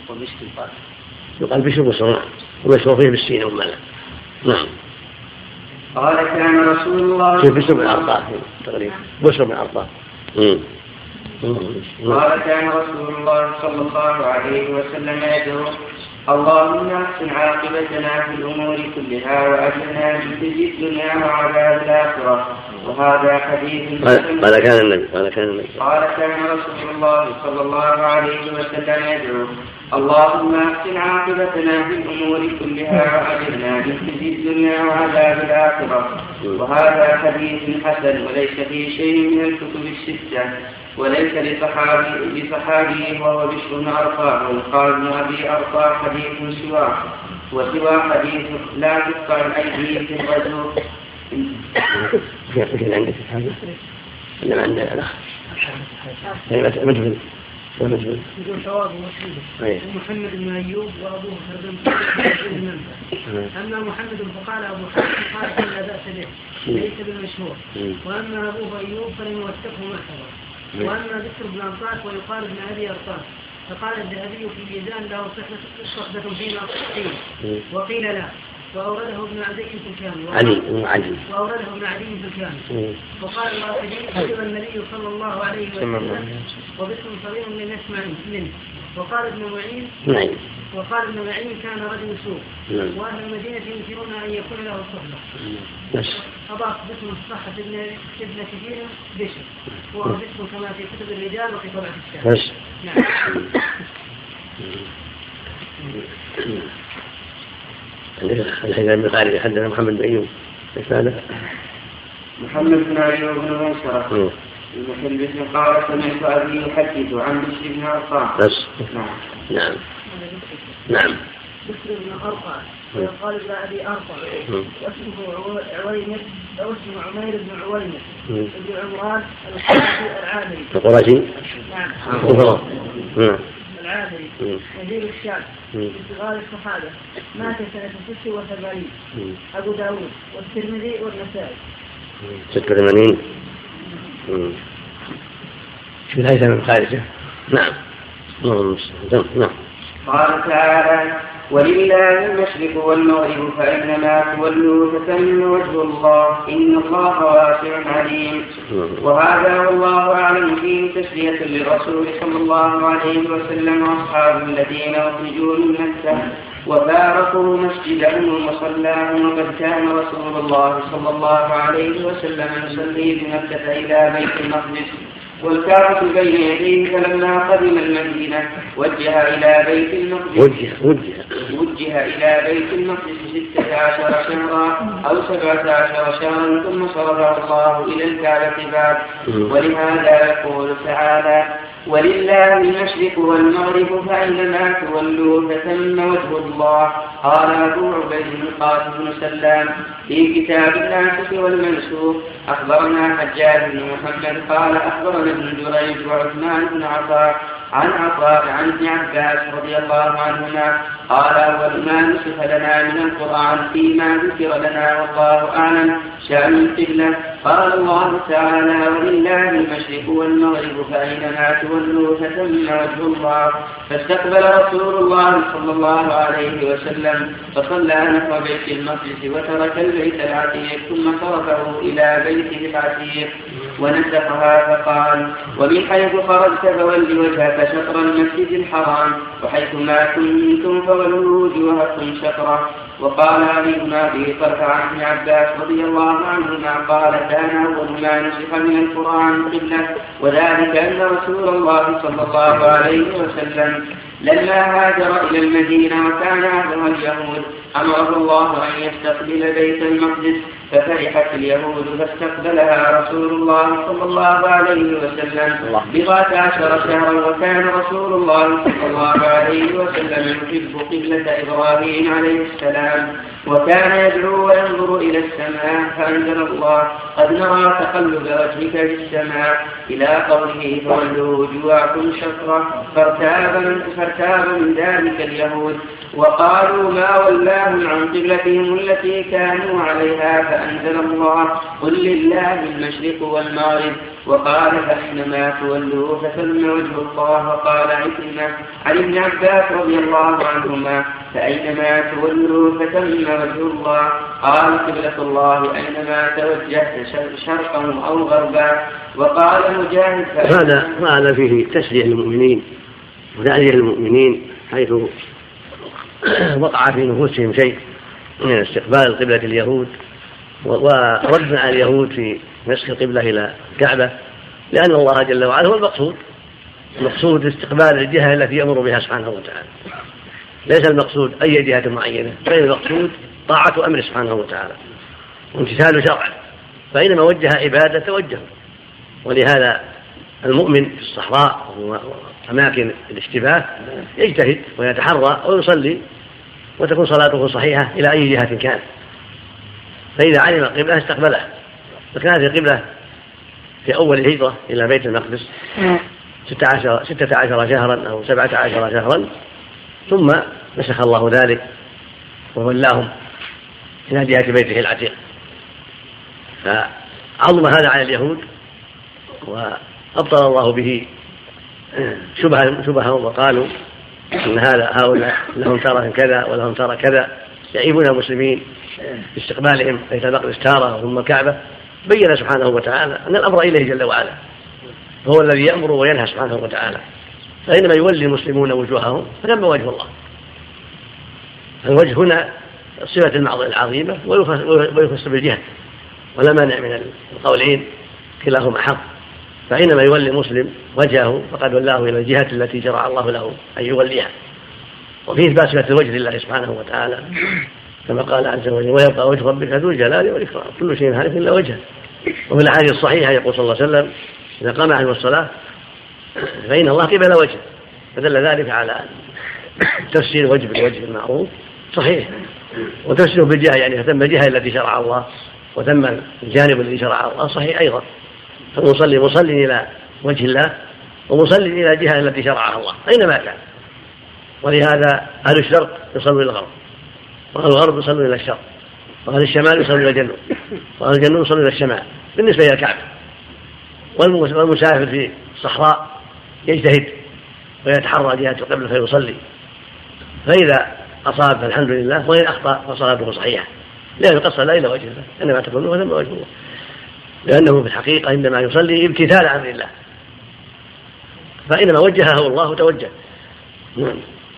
يقال بشر بصر. نعم ومشهور فيه بالسين والملأ. نعم. قال كان رسول الله في بشر بن عرطاس تقريبا بشر بن عرطاس. قال كان رسول الله صلى الله عليه وسلم يدعو اللهم احسن عاقبتنا في الأمور كلها وأجرنا من خزي الدنيا وعذاب الآخرة. وهذا حديث قال كان النبي قال كان النبي قال كان رسول الله صلى الله عليه وسلم يدعو اللهم احسن عاقبتنا في الأمور كلها وأجرنا من خزي الدنيا وعذاب الآخرة. وهذا حديث حسن وليس فيه شيء من الكتب الستة وليس لصحابي لصحابي وهو بشر بن عرفان ويقال ابن أبي أرطاح حديث سواه وسوى حديث لا تقطع الأيدي في الغزو. في عندك هذا ولا عندنا الأخ مجبل يقول ثواب ومسلم ومحمد بن أيوب وأبوه فردم. أما محمد فقال أبو حاتم قال لا بأس به ليس بالمشهور، وأما أبوه أيوب فلنوثقه معتبر. وأما ذكر بن أنطاس ويقال ابن أبي أرطاس، فقال الذهبي في ميزان له صحبة فيما قيل وقيل لا، وأورده ابن عدي في الكامل علي وأورده ابن عدي في الكامل. وقال الواحدين كتب النبي صلى الله عليه وسلم وبسم صغير لم يسمع منه. وقال ابن معين نعم وقال ابن معين كان رجل سوء وأهل المدينة ينكرون أن يكون له صحبة. أضاف باسم الصحة ابن كثير بشر وهو باسم كما في كتب الرجال وفي طبعة الشام. نعم. الحجاج بن خالد حدثنا محمد بن أيوب هذا محمد بن أيوب بن ميسرة المحل بن قال سمعت أبي يحدث عن بشر بن عرفان. نعم نعم نعم. بشر بن عرفان ويقال ابن أبي أرطاس واسمه عويمر أو اسمه عمير بن عويمر بن عمران القرشي العامري القرشي نعم العامري نزيل الشام من صغار الصحابة مات سنة ستة وثمانين. أبو داود والترمذي والنسائي. ستة وثمانين. في الهيثم من خارجه. نعم. نعم. قال تعالى: ولله المشرق والمغرب فأينما تولوا فثم وجه الله إن الله واسع عليم. وهذا والله أعلم فيه تسلية للرسول صلى الله عليه وسلم وأصحابه الذين أخرجوا من مكة وفارقوا مسجدهم وصلاهم، وقد كان رسول الله صلى الله عليه وسلم يصلي بمكة إلى بيت المقدس والكعبة بين يديه، فلما قدم المدينة وجه إلى بيت المقدس وجه وجه وجه إلى بيت المقدس ستة عشر شهرا أو سبعة عشر شهرا، ثم صرف الله إلى الكعبة بعد. ولهذا يقول تعالى: ولله المشرق والمغرب فأينما تولوا فثم وجه الله. قال أبو عبيد القاسم بن سلام في كتاب الناسخ والمنسوخ: أخبرنا حجاج بن محمد قال أخبرنا ابن جريج وعثمان بن عطاء عن عطاء عن ابن عباس رضي الله عنهما قال: أول ما نسخ لنا من القرآن فيما ذكر لنا والله أعلم شأن القبلة. قال الله تعالى: ولله المشرق والمغرب فأينما تولوا فثم وجه الله. فاستقبل رسول الله صلى الله عليه وسلم فصلى نحو بيت المقدس وترك البيت العتيق، ثم صرفه إلى بيته العتيق ونسخها فقال: ومن حيث خرجت فول وجهك شطر المسجد الحرام وحيث ما كنتم فولوا وجوهكم شطره. وقال علي بن أبي طلحة عن ابن عباس رضي الله عنهما قال: كان أول ما نسخ من القرآن قبلة، وذلك أن رسول الله صلى الله عليه وسلم لما هاجر إلى المدينة وكان أهلها اليهود أمره الله أن يستقبل بيت المقدس، ففرحت اليهود فاستقبلها رسول الله صلى الله عليه وسلم بضعة عشر شهرا. وكان رسول الله صلى الله عليه وسلم يحب قبلة إبراهيم عليه السلام، وكان يدعو وينظر إلى السماء، فأنزل الله: قد نرى تقلب وجهك في السماء، إلى قوله: فولوا وجوهكم شطرة. فارتاب من, فارتاب من ذلك اليهود وقالوا: ما ولاهم عن قبلتهم التي كانوا عليها. فأنزل الله: قل لله المشرق والمغرب. وقال: فأينما تولوا فثم وجه الله. وقال عكرمة عن ابن عباس رضي الله عنهما: فأينما تولوا فثم وجه الله. قال: قبلة الله أينما توجهت شرقا أو غربا. وقال مجاهد: هذا هذا فيه تسلية للمؤمنين وتعزية للمؤمنين، حيث وقع في نفوسهم شيء من استقبال قبلة اليهود ورد على اليهود في نسخ القبلة إلى الكعبة، لأن الله جل وعلا هو المقصود. المقصود استقبال الجهة التي يأمر بها سبحانه وتعالى، ليس المقصود أي جهة معينة، بل المقصود طاعة أمر سبحانه وتعالى وامتثال شرعه. فإنما وجه عبادة توجهوا. ولهذا المؤمن في الصحراء وأماكن الاشتباه يجتهد ويتحرى ويصلي وتكون صلاته صحيحة إلى أي جهة كان، فإذا علم القبلة استقبلها. فكانت القبلة في أول الهجرة إلى بيت المقدس ستة عشر شهرا أو سبعة عشر شهرا، ثم نسخ الله ذلك وولاهم إلى جهة بيته العتيق. فعظم هذا على اليهود وأبطل الله به شبههم وقالوا إن هذا هؤلاء لهم ترى كذا ولهم ترى كذا، يعيبون المسلمين باستقبالهم بيت المقدس تارة ثم الكعبة. بين سبحانه وتعالى أن الأمر إليه جل وعلا، هو الذي يأمر وينهى سبحانه وتعالى. فإنما يولي المسلمون وجوههم فثم وجه الله. الوجه هنا صفة المعضلة العظيمة ويفسر بالجهة، ولا مانع من القولين كلاهما حق. فإنما يولي المسلم وجهه فقد ولاه إلى الجهة التي شرع الله له أن يوليها. وفيه إثبات صفة الوجه لله سبحانه وتعالى كما قال عز وجل: ويبقى وجه ربك ذو الجلال والإكرام كل شيء هالك إلا وجهه. وفي الأحاديث الصحيحة يقول صلى الله عليه وسلم: إذا قام أحد الصلاة فإن الله قبل وجهه. فدل ذلك على تفسير وجه بالوجه المعروف صحيح، وتفسيره بالجهة يعني فتم الجهة التي شرع الله وتم الجانب الذي شرع الله صحيح أيضا. فنصلي مصلي إلى وجه الله ومصلي إلى الجهة التي شرعها الله أينما كان. ولهذا أهل الشرق يصلوا إلى الغرب، وأهل الغرب يصلوا إلى الشرق، وأهل الشمال يصلوا إلى الجنوب، وأهل الجنوب يصلوا إلى الشمال بالنسبة إلى الكعبة. والمسافر في الصحراء يجتهد ويتحرى جهة القبلة فيصلي، فإذا أصاب فالحمد لله، وإن أخطأ فصلاته صحيحة، لا يقصر لا إلى وجه الله، إنما تكون له ثم وجه الله، لأنه في الحقيقة عندما يصلي امتثال عن الله، فإنما وجهه الله توجه. نعم.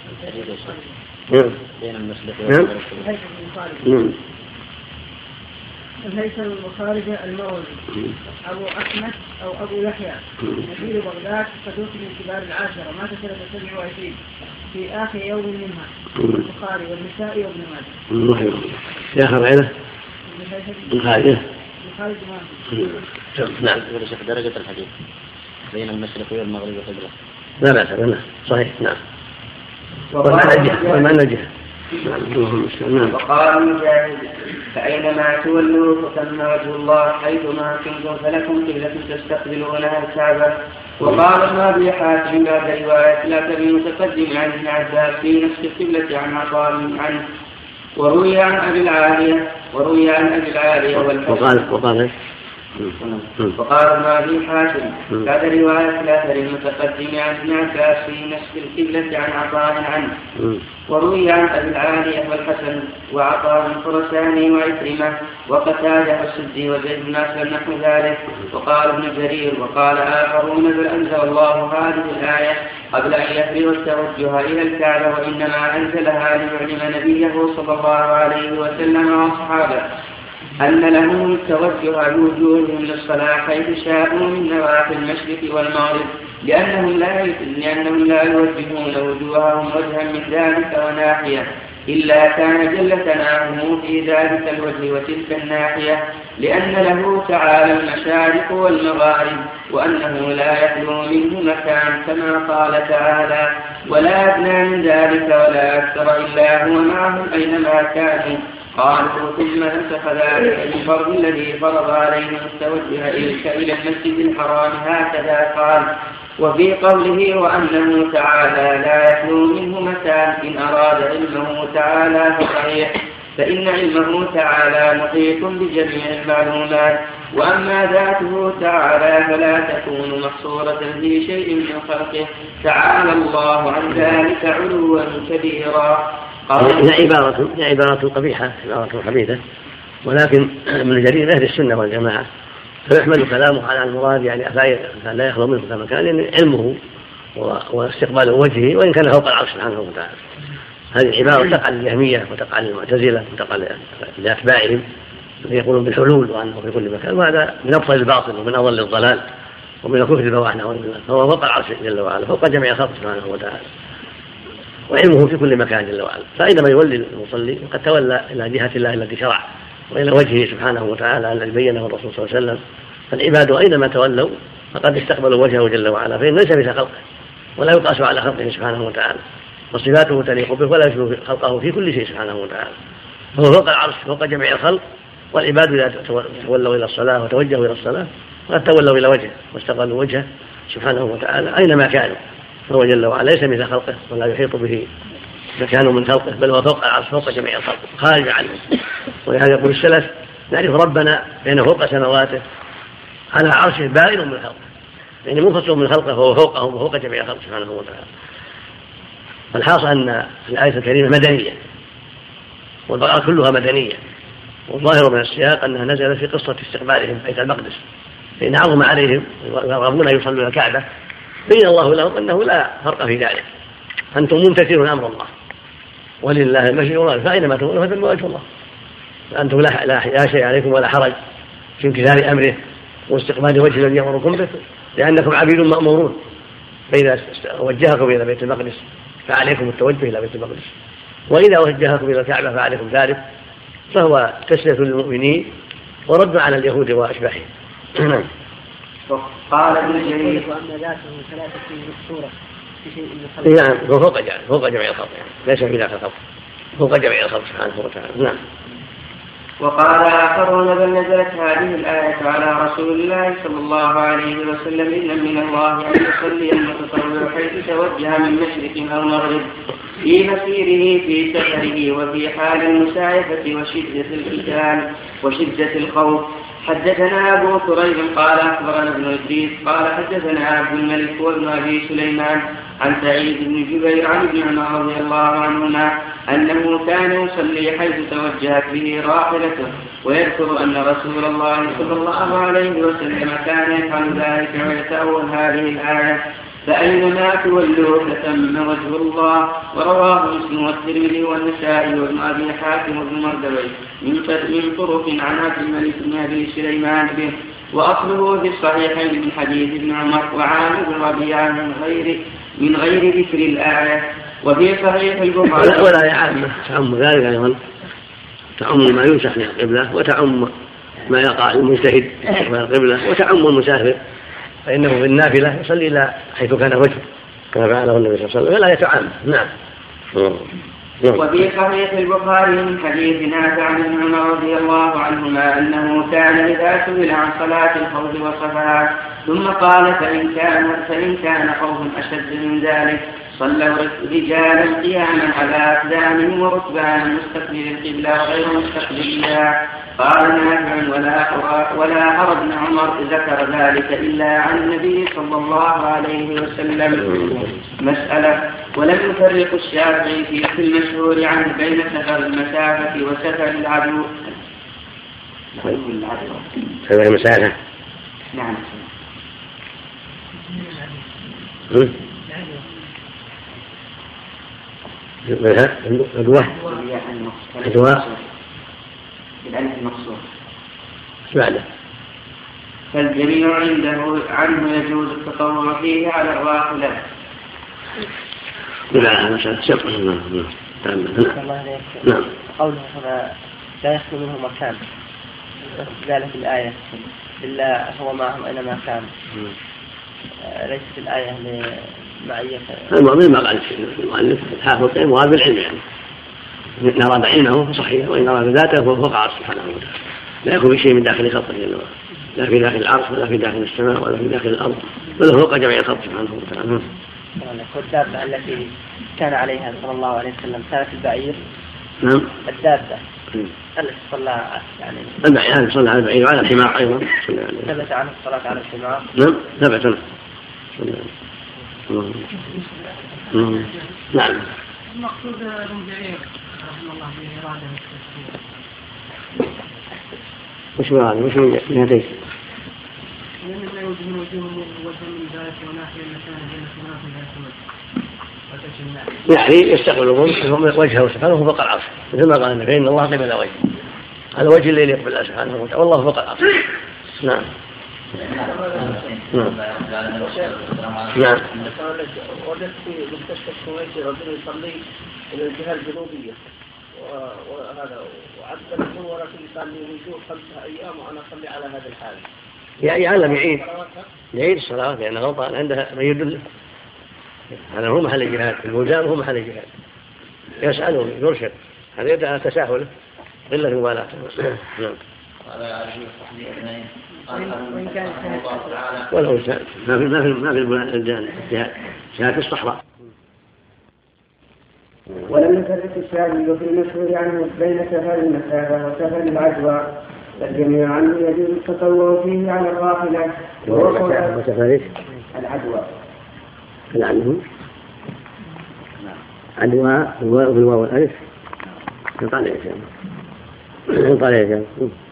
بين المسلك والمغرب. الهيثم المخارجة المروزي أبو أحمد أو أبو يحيى نبيل بغداد صدوق من كبار العاشرة مات سنة سبع وعشرين في آخر يوم منها، البخاري والنسائي وابن ماجه. يا آخر عينه الخارجة الخارج ما نعم. يقول شيخ درجة الحديث بين المشرق والمغرب وقبله لا بأس منه صحيح. نعم. ومعنى الجهة. وقال مجاهد فأينما تولوا فثم وجه الله حيثما كنتم فلكم قبلة تستقبلونها الكعبة. وقال ابن أبي حاتم بعد رواية لا تبي متقدم عن ابن عباس في نفس القبلة عن عطاء عنه. وروي عن أبي العالية وروي عن أبي العالية وقال وقال وقال ابن أبي حاتم بعد رواية الأثر المتقدم عن ابن عباس في نفس القبلة عن عطاء عنه. وروي عن أبي العالية والحسن وعطاء الخرساني وعكرمة وقتادة والسدي وزيد بن أسلم نحو ذلك. وقال ابن جرير وقال آخرون بل أنزل الله هذه الآية قبل أن يفرغ التوجه إلى الكعبة، وإنما أنزلها ليعلم نبيه صلى الله عليه وسلم وأصحابه أن لهم التوجه بوجوههم للصلاة حيث شاءوا من نواحي المشرق والمغرب، لأنهم لا لأنهم لا يوجهون وجوههم وجها من ذلك وناحية، إلا كان جل ثناؤه في ذلك الوجه وتلك الناحية، لأن له تعالى المشارق والمغارب، وأنه لا يخلو منه مكان كما قال تعالى ولا أدنى من ذلك ولا أكثر إلا هو معهم أينما كانوا. قالوا ثم نسخ ذلك الفرض الذي فرض عليهم التوجه إلى المسجد الحرام هكذا قال. وفي قوله وأنه تعالى لا يخلو منه مكان إن أراد علمه تعالى فصحيح، فإن علمه تعالى محيط بجميع المعلومات، وأما ذاته تعالى فلا تكون محصورة في شيء من خلقه تعالى الله عن ذلك علوا كبيرا. هي عبارة هي عبارة قبيحة عبارة خبيثة، ولكن من جرير أهل السنة والجماعة فيحمل كلامه على المراد يعني لا يخلو منه كما كان، يعني علمه واستقبال وجهه وإن كان فوق العرش سبحانه وتعالى. هذه العبارة تقع للجهمية وتقع للمعتزلة وتقع لأتباعهم يقولون بالحلول وأنه في كل مكان، وهذا من أبطل الباطل ومن أضل الضلال ومن الكفر البواح، فهو فوق العرش جل وعلا فوق جميع خلقه سبحانه وتعالى، وعلمه في كل مكان جل وعلا. فإنما يولي المصلي وقد تولى إلى جهة الله التي شرع وإلى وجهه سبحانه وتعالى الذي بينه الرسول صلى الله عليه وسلم، فالعباد أينما تولوا فقد استقبلوا وجهه جل وعلا، فإن ليس مثل خلقه ولا يقاس على خلقه سبحانه وتعالى، وصفاته تليق به ولا يشبه خلقه في كل شيء سبحانه وتعالى، فهو فوق العرش فوق جميع الخلق. والعباد إذا تولوا إلى الصلاة وتوجهوا إلى الصلاة فقد تولوا إلى وجهه واستقبلوا وجهه سبحانه وتعالى أينما كانوا، فهو جل وعلا ليس مثل خلقه ولا يحيط به مكان من خلقه، بل هو فوق العرش فوق جميع الخلق خارج عنه. ولهذا يقول السلف نعرف ربنا بأنه فوق سماواته على عرشه بائن من خلقه، يعني منفصل من خلقه فهو فوقهم وفوق جميع الخلق سبحانه وتعالى. فالحاصل أن الآية الكريمة مدنية والبقرة كلها مدنية، والظاهر من السياق أنها نزلت في قصة استقبالهم بيت المقدس، فإن عظم عليهم يرغبون أن يصلوا الكعبة بين الله لهم أنه لا فرق في ذلك، أنتم ممتثلون أمر الله ولله المشرق والمغرب فأينما تكونوا فثم وجه الله، فأنتم لا, لا شيء عليكم ولا حرج في امتثال أمره واستقبال وجه الذي يأمركم به، لأنكم عبيد مأمورون، فإذا وجهكم إلى بيت المقدس فعليكم التوجه إلى بيت المقدس، وإذا وجهكم إلى الكعبة فعليكم ذلك، فهو تسلية للمؤمنين ورد على اليهود وأشباههم. قال ابن جرير وأن ذاته ثلاثة مكسورة في شيء من خلق. نعم فوق جميع فوق جميع الخلق، يعني ليس في ذاك الخلق، فوق جميع الخلق سبحانه وتعالى. نعم. وقال آخرون بل نزلت هذه الآية على رسول الله صلى الله عليه وسلم إن من الله أن يصلي المتطوع حيث توجه من مشرق أو مغرب في مسيره في سفره وفي حال المساعفة وشدة القتال وشدة الخوف، حدثنا أبو كريب قال أخبرنا ابن إدريس قال حدثنا عبد الملك وابن أبي سليمان عن سعيد بن جبير عن ابن عمر رضي الله عنهما أنه كان يصلي حيث توجهت به راحلته، ويذكر أن رسول الله صلى الله عليه وسلم كان يفعل ذلك ويتأول هذه الآية: فأينما تولوا فثم وجه الله. ورواه مسلم والترمذي والنسائي وابن أبي حاتم وابن مردوي من طرق عن عبد الملك بن أبي سليمان به، وأصله في الصحيحين من حديث ابن عمر وعامر بن ربيعة من غير من غير ذكر الآية. وفي صحيح البخاري ولا عامة تعم ذلك أيضا، تعم ما يمسح من القبلة، وتعم ما يقع المجتهد من القبلة، وتعم المسافر، فإنه في النافلة يصلي إلى حيث كان وجهه كما فعله النبي صلى الله عليه وسلم، فلا يتعام. نعم. وفي صحيح البخاري من حديث نافع عن ابن عمر رضي الله عنهما أنه كان إذا سئل عن صلاة الخوف وصفها ثم قال فإن كان, فإن كان خوف أشد من ذلك صلوا رجالا قياما على أقدامهم وركبانا مستقبل القبلة وغير مستقبلها. قال نافع ولا, ولا أرى ابن عمر ذكر ذلك إلا عن النبي صلى الله عليه وسلم. مسألة: ولم يفرق الشافعي في المشهور عنه بين سفر المسافة وسفر العدو. سفر المسافة؟ نعم. عدوة عدوة بالألف المقصود. بعده فالجميع عنده عنه يجوز التطوع فيه على الراحلة. لا مسألة سبق. نعم. قوله هنا لا يخلو منه مكان، ذلك الآية إلا هو معهم أينما كان، ليست الآية لمعية. المؤمن ما قال المؤلف الحافظ قيم وهذا بالعلم، يعني إن أراد عينه فصحيح، وإن أراد ذاته فهو فوق عرش سبحانه وتعالى، لا يكون بشيء من داخل خطه جل وعلا، لا في داخل العرش ولا في داخل السماء ولا في داخل الأرض، بل فوق جميع الخلق سبحانه وتعالى. والدابة التي كان عليها صلى الله عليه وسلم كانت البعير. نعم. الدابة التي صلى يعني البعير صلى على البعير وعلى الحمار أيضا. ثبت عنه الصلاة على الحمار. نعم ثبت عنه. نعم. المقصود المجعير رحمه الله بإرادة التسبيح. وش مراد وش من هذيك؟ لأنه لا يوجد من وجوه وجه من ذلك وناحية المكان بين السماء في يعني يستقبل وجهه سبحانه فوق العرش، مثل ما قال فإن الله قبل وجهه، على وجه الليل يقبل الله سبحانه وتعالى والله فوق العرش. نعم. نعم. نعم. وجدت في مستشفى الكويت رجل يصلي إلى الجهة الجنوبية وهذا وعدل الصور ولكن يصلي وجوه خمسة أيام وأنا أصلي على هذا الحال. يعني يعلم يعيد يعيد الصلاة لأن غلطان عندها من يدل. هذا هو محل الجهاد، الوجام هو محل الجهاد، يسأله يرشد، هذا يدعى تساهله قلة المبالاة. نعم. ولو ما في ما في ما في الجهاد جهاد الصحراء. ولم يفرق الشافعي في المشهور عنه بين سفر المسافة وسفر العدوى، فالجميع عنه يجوز التطوع فيه على الراحلة وسفر العدوى. العدوى عدوى بالواو والألف يطالع يا شيخ يطالع يا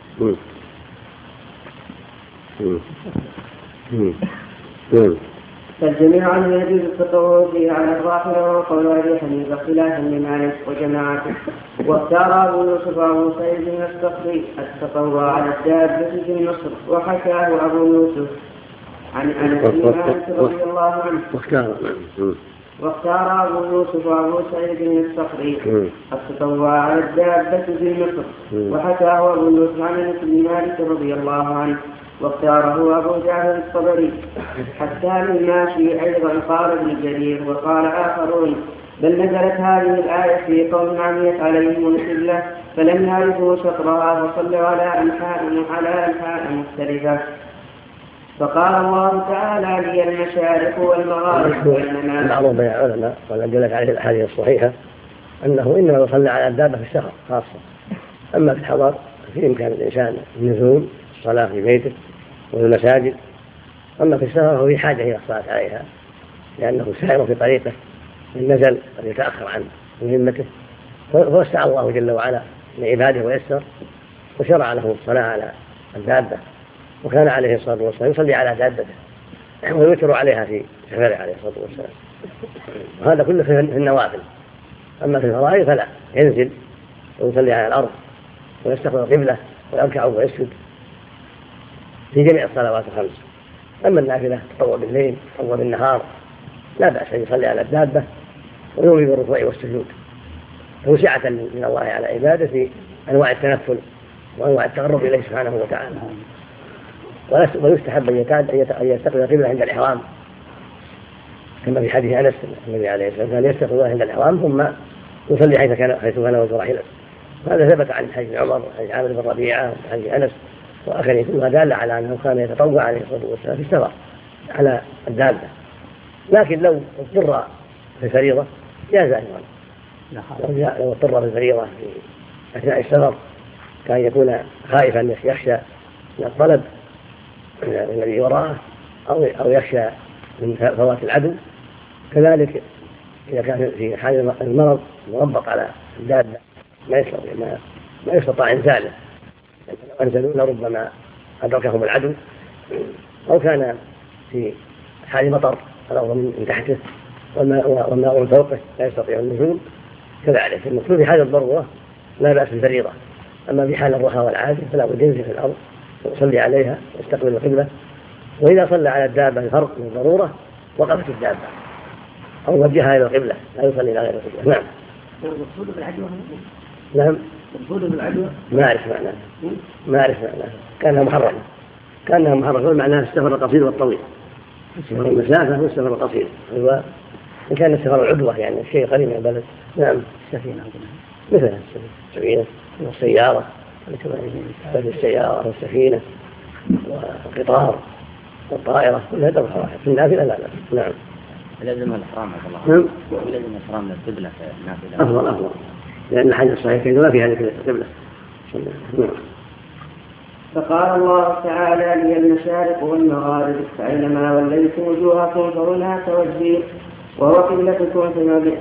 شيخ. فالجميع عنه يجوز التطوع فيه على الراحلة وقول أبي حنيفة خلافا لمالك وجماعته. واختار أبو يوسف وأبو سعيد الصخري التطوع على الدابة في مصر، وحكاه أبو يوسف عن أنس بن مالك رضي الله عنه. واختار أبو يوسف وأبو سعيد الصخري التطوع على الدابة في مصر، وحكاه أبو يوسف عن أنس بن مالك رضي الله عنه. واختاره أبو جعفر الطبري. حتى للماشي أيضا قال ابن جرير وقال آخرون بل نزلت هذه الآية في قوم عميت عليهم القبلة فلم يعرفوا شطرها وصلوا على أنحاء على أنحاء مختلفة. فقال الله تعالى لي المشارق والمغارب بينما المعروف بين العلماء وقد دلت عليه الأحاديث الصحيحة أنه إنما يصلى على الدابة في السفر خاصة، أما في الحضر في إمكان الإنسان النزول الصلاة في بيته وفي المساجد. أما في السفر فهو في حاجة إلى الصلاة عليها لأنه سائر في طريقه إن نزل قد يتأخر عن مهمته، فوسع الله جل وعلا لعباده ويسر وشرع له الصلاة على الدابة، وكان عليه الصلاة والسلام يصلي على دابته ويوتر عليها في سفره عليه الصلاة والسلام، وهذا كله في النوافل. أما في الفرائض فلا، ينزل ويصلي على الأرض ويستقبل القبلة ويركع ويسجد في جميع الصلوات الخمس. أما النافلة تطوع بالليل تطوع بالنهار لا بأس أن يصلي على الدابة ويومي بالركوع والسجود توسعة من الله على عباده في أنواع التنفل وأنواع التقرب إليه سبحانه وتعالى. ويستحب أن يستقبل القبلة عند الإحرام كما في حديث أنس النبي عليه الصلاة والسلام كان يستقبل عند الإحرام ثم يصلي حيث كان حيث كان وجه راحلته. هذا ثبت عن حديث عمر وحديث عامر بن ربيعة وحديث أنس وآخرين، كلها دالة على أنه كان يتطوع عليه الصلاة والسلام في السفر على الدابة. لكن لو اضطر في الفريضة جاز أيضا، لو اضطر في الفريضة في أثناء السفر كان يكون خائفا يخشى من الطلب الذي وراءه أو أو يخشى من فوات العدو، كذلك إذا كان في حال المرض مربط على الدابة ما يستطيع ما يستطاع إنزاله، لو أنزلوا لربما أدركهم العدو، أو كان في حال مطر الأرض من تحته والماء من فوقه لا يستطيع النزول، كذلك المقصود في حال الضرورة لا بأس بالفريضة. أما في حال الرخاء والعافية فلا بد ينزل في الأرض ويصلي عليها ويستقبل القبلة، وإذا صلى على الدابة الفرق من الضرورة وقفت الدابة أو وجهها إلى القبلة لا يصلي إلى غير القبلة. نعم. المقصود بالعدوى؟ نعم. المقصود بالعدوى؟ ما أعرف معناه. ما أعرف معناه. كانها محرمة. كانها محرمة معناها السفر القصير والطويل. السفر المسافة والسفر القصير. هو إن كان السفر العدوى يعني شيء قريب من البلد. نعم. السفينة مثل السفينة والسيارة مثل السيارة والسفينة والقطار والطائرة كلها تدخل في النافلة. لا لا. نعم. لازم الإحرام عبد الله. نعم. لازم الإحرام للقبلة في النافلة. أفضل أفضل لأن الحديث الصحيح كذا ما في هذه القبلة. نعم. فقال الله تعالى لي المشارق والمغارب فأينما وليتم وجوهكم فهناك وجهي وهو قبلتكم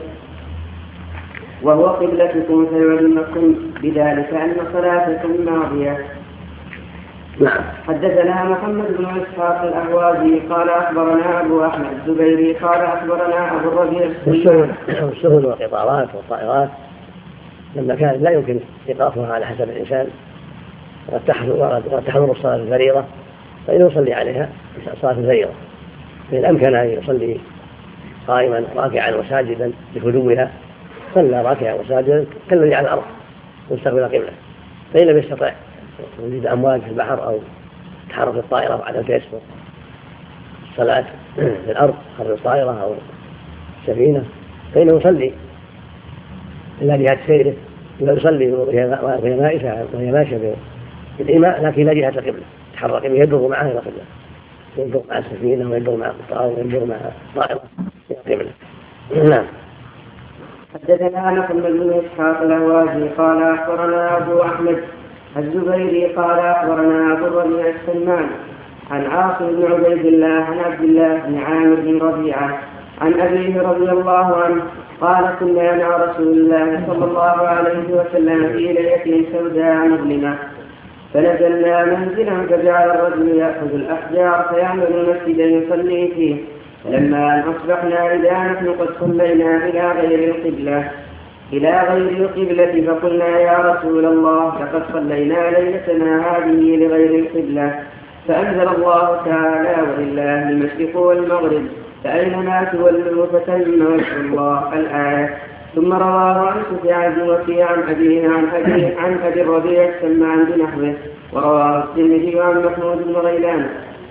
وهو قبلتكم فيعلمكم بذلك أن صلاتكم ماضية. نعم. حدثنا محمد بن إسحاق الأهوازي قال أخبرنا أبو أحمد الزبيري قال أخبرنا أبو الربيع السهل والقطارات والطائرات لما كان لا يمكن إيقافها على حسب الإنسان وقد تحضر الصلاة الفريضة فإنه يصلي عليها صلاة الفريضة، فإن أمكن أن يصلي قائما راكعا وساجدا بهدوئها صلى راكعا وساجدا كالذي على الأرض ويستقبل القبلة. فإن لم يستطع وجد أمواج في البحر أو تحرك الطائرة بعد تيسر الصلاة في الأرض خرج الطائرة أو السفينة فإنه يصلي إلى جهة سيره يصلي وهي مائشة وهي ماشية بالإماء لكن إلى جهة القبلة تحرك يدور معها إلى القبلة، يدور مع السفينة ويدور مع القطار ويدور مع الطائرة إلى القبلة. نعم. حدثنا محمد بن إسحاق الأهوازي قال أخبرنا أبو أحمد الزبيري قال أخبرنا أبو الربيع السمان عن عاصم بن عبيد الله عن عبد الله بن عامر بن ربيعة عن أبيه رضي الله عنه قال كنا مع رسول الله صلى الله عليه وسلم في ليلة سوداء مظلمة فنزلنا منزلا فجعل الرجل يأخذ الأحجار فيعمل مسجدا يصلي فيه، فلما أن أصبحنا إذا نحن قد صلينا إلى غير القبلة إلى غير القبلة فقلنا يا رسول الله لقد صلينا ليلتنا هذه لغير القبلة، فأنزل الله تعالى ولله المشرق والمغرب فأينما تولوا فتم وجه الله الآية. ثم رواه عن سفيان بن وكيع عن أبيه عن أبي عن أبي الربيع السمان بنحوه، ورواه الترمذي عن محمود بن غيلان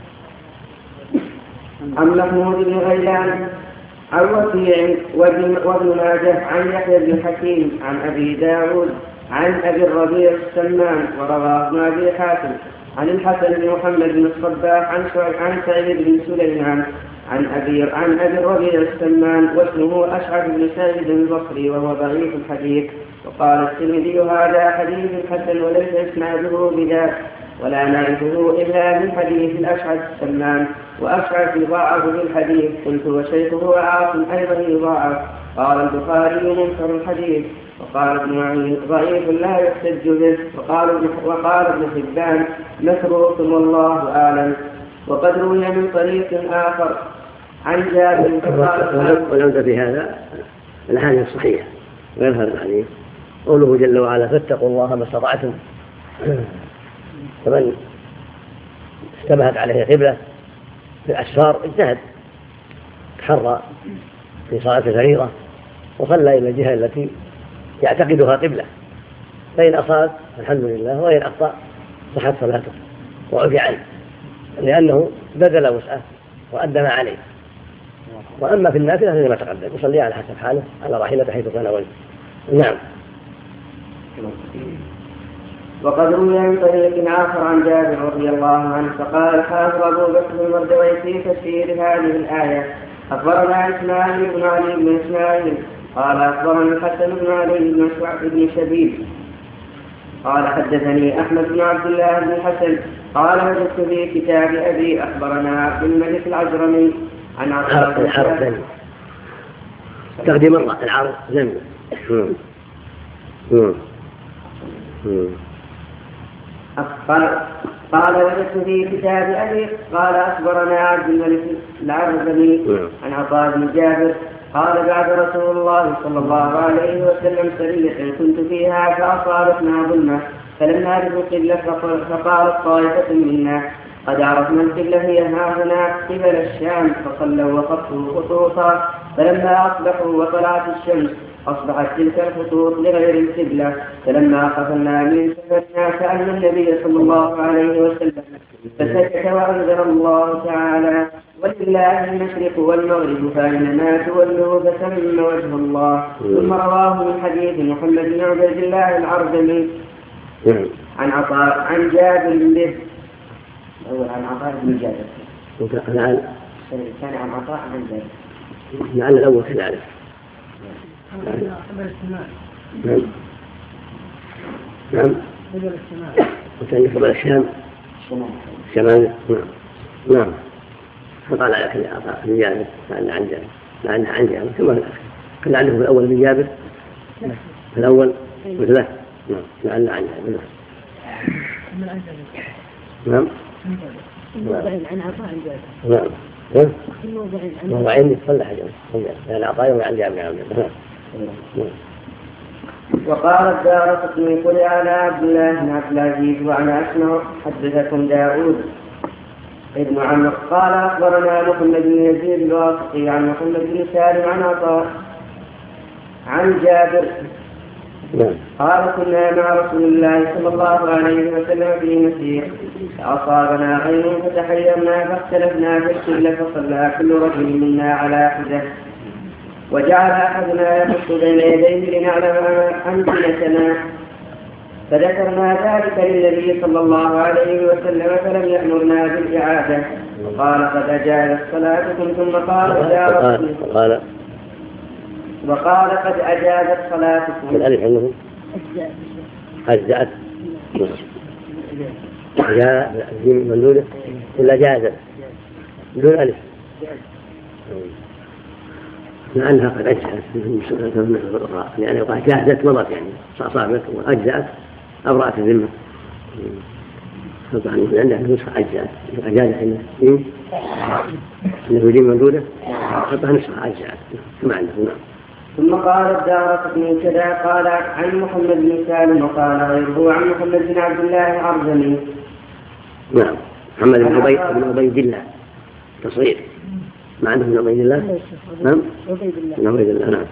عن محمود بن غيلان عن وكيع وابن ماجه عن يحيى بن حكيم عن أبي داود عن أبي الربيع السمان، ورواه ابن أبي حاتم عن الحسن بن محمد بن الصباح عن عن سعيد بن سليمان عن أبي عن أبي الربيع السمان واسمه أشعث بن سعيد البصري وهو ضعيف الحديث. وقال الترمذي هذا حديث حسن وليس إسناده بذاك ولا نعرفه إلا من حديث الأشعث سلمان، وأشعث يضاعف بالحديث. قلت وشيخه عاصم أيضا يضاعف. قال البخاري منكر الحديث، وقال ابن معين ضعيف لا يحتج به، وقال وقال ابن حبان متروك والله أعلم. وقد روي من طريق آخر عن جابر ولم في هذا الأحاديث الصحيحة غير هذا الحديث. قوله جل وعلا فاتقوا الله ما استطعتم، فمن اشتبهت عليه قبلة في الأسفار اجتهد تحرى في صلاة الفريضة وصلى إلى الجهة التي يعتقدها قبلة، فإن أصاب الحمد لله، وإن أخطأ صحت صلاته وعفي عنه، لأنه بذل وسعه وأدى ما عليه. وأما في النافلة فما تقدم يصلي على حسب حاله على راحلته حيث كان وجهه. نعم. وقد روي من طريق آخر عن جابر رضي الله عنه فقال الحافظ أبو بكر المردوي في تفسير هذه الآية أخبرنا إسماعيل بن علي بن إسماعيل قال أخبرنا الحسن بن علي بن بن شبيب قال حدثني أحمد بن عبد الله بن الحسن قال وجدت في كتاب أبي أخبرنا عبد الملك العجرمي عن عطاء العرب تقديم الله العرب زمن. قال قال وجدت في كتاب أبي قال أخبرنا عبد الملك العربي عن عطاء بن جابر قال بعد رسول الله صلى الله عليه وسلم سرية كنت فيها فأصابتنا ظلمة فلما نزلوا القبلة فقالت طائفة منا قد عرفنا القبلة هي هاهنا قبل الشام فصلوا وخطوا خطوطا فلما أصبحوا وطلعت الشمس أصبحت تلك الخطوط لغير القبلة فلما قفلنا من سفتنا سألنا النبي صلى الله عليه وسلم فسكت وأنزل الله تعالى ولله المشرق والمغرب فإنما تولوا فثم وجه الله. ثم رواه من حديث محمد بن عبيد الله العرجمي عن عطاء عن جابر به أول عن عطاء بن جابر كان عن عطاء عن جابر لعل الأول كذلك. نعم نعم وكان قبل الشام الشمال. نعم نعم فقال على كل عطاء بن جابر لعل عن جابر لعل عن جابر كما كان عنده في الأول بن جابر في الأول مثله. نعم لعل عن جابر. نعم موضعين عن عطاء عن جابر. نعم موضعين يصلح يعني عطاء وعن جابر. وقال الدارقطني قل على عبد الله بن عبد العزيز وأنا أسمع حدثكم داود ابن عمرو قال أخبرنا محمد بن يزيد الواسطي عن محمد بن سالم عن عطاء عن جابر قال كنا مع رسول الله صلى الله عليه وسلم في مسير فأصابنا عين فتحيرنا فاختلفنا في القبلة فصلى كل رجل منا على حدة وجعل أحدنا يخط بين يديه لنعلم أمكنتنا فذكرنا ذلك للنبي صلى الله عليه وسلم فلم يأمرنا بالإعادة وقال قد أجازت صلاتكم ثم قال قال وقال قد أجازت صلاتكم الألف عنه أجزأت جاء من دونه ولا جازت دون ألف لأنها قد أجزأت يعني قد جازت مضت يعني صعبت وأجزأت أبرأت الذمة طبعا عندها نسخة أجزأت أجازت إنه إنه يجيب من دونه حطها نسخة أجزأت كما عنده. نعم. ثم قال الدارقطني كذا قال عن محمد بن سالم وقال غيره عن محمد بن عبد الله العرجمي. نعم محمد بن عبيد بن عبيد الله تصغير ما عنده بن عبيد الله. نعم بن عبيد الله. نعم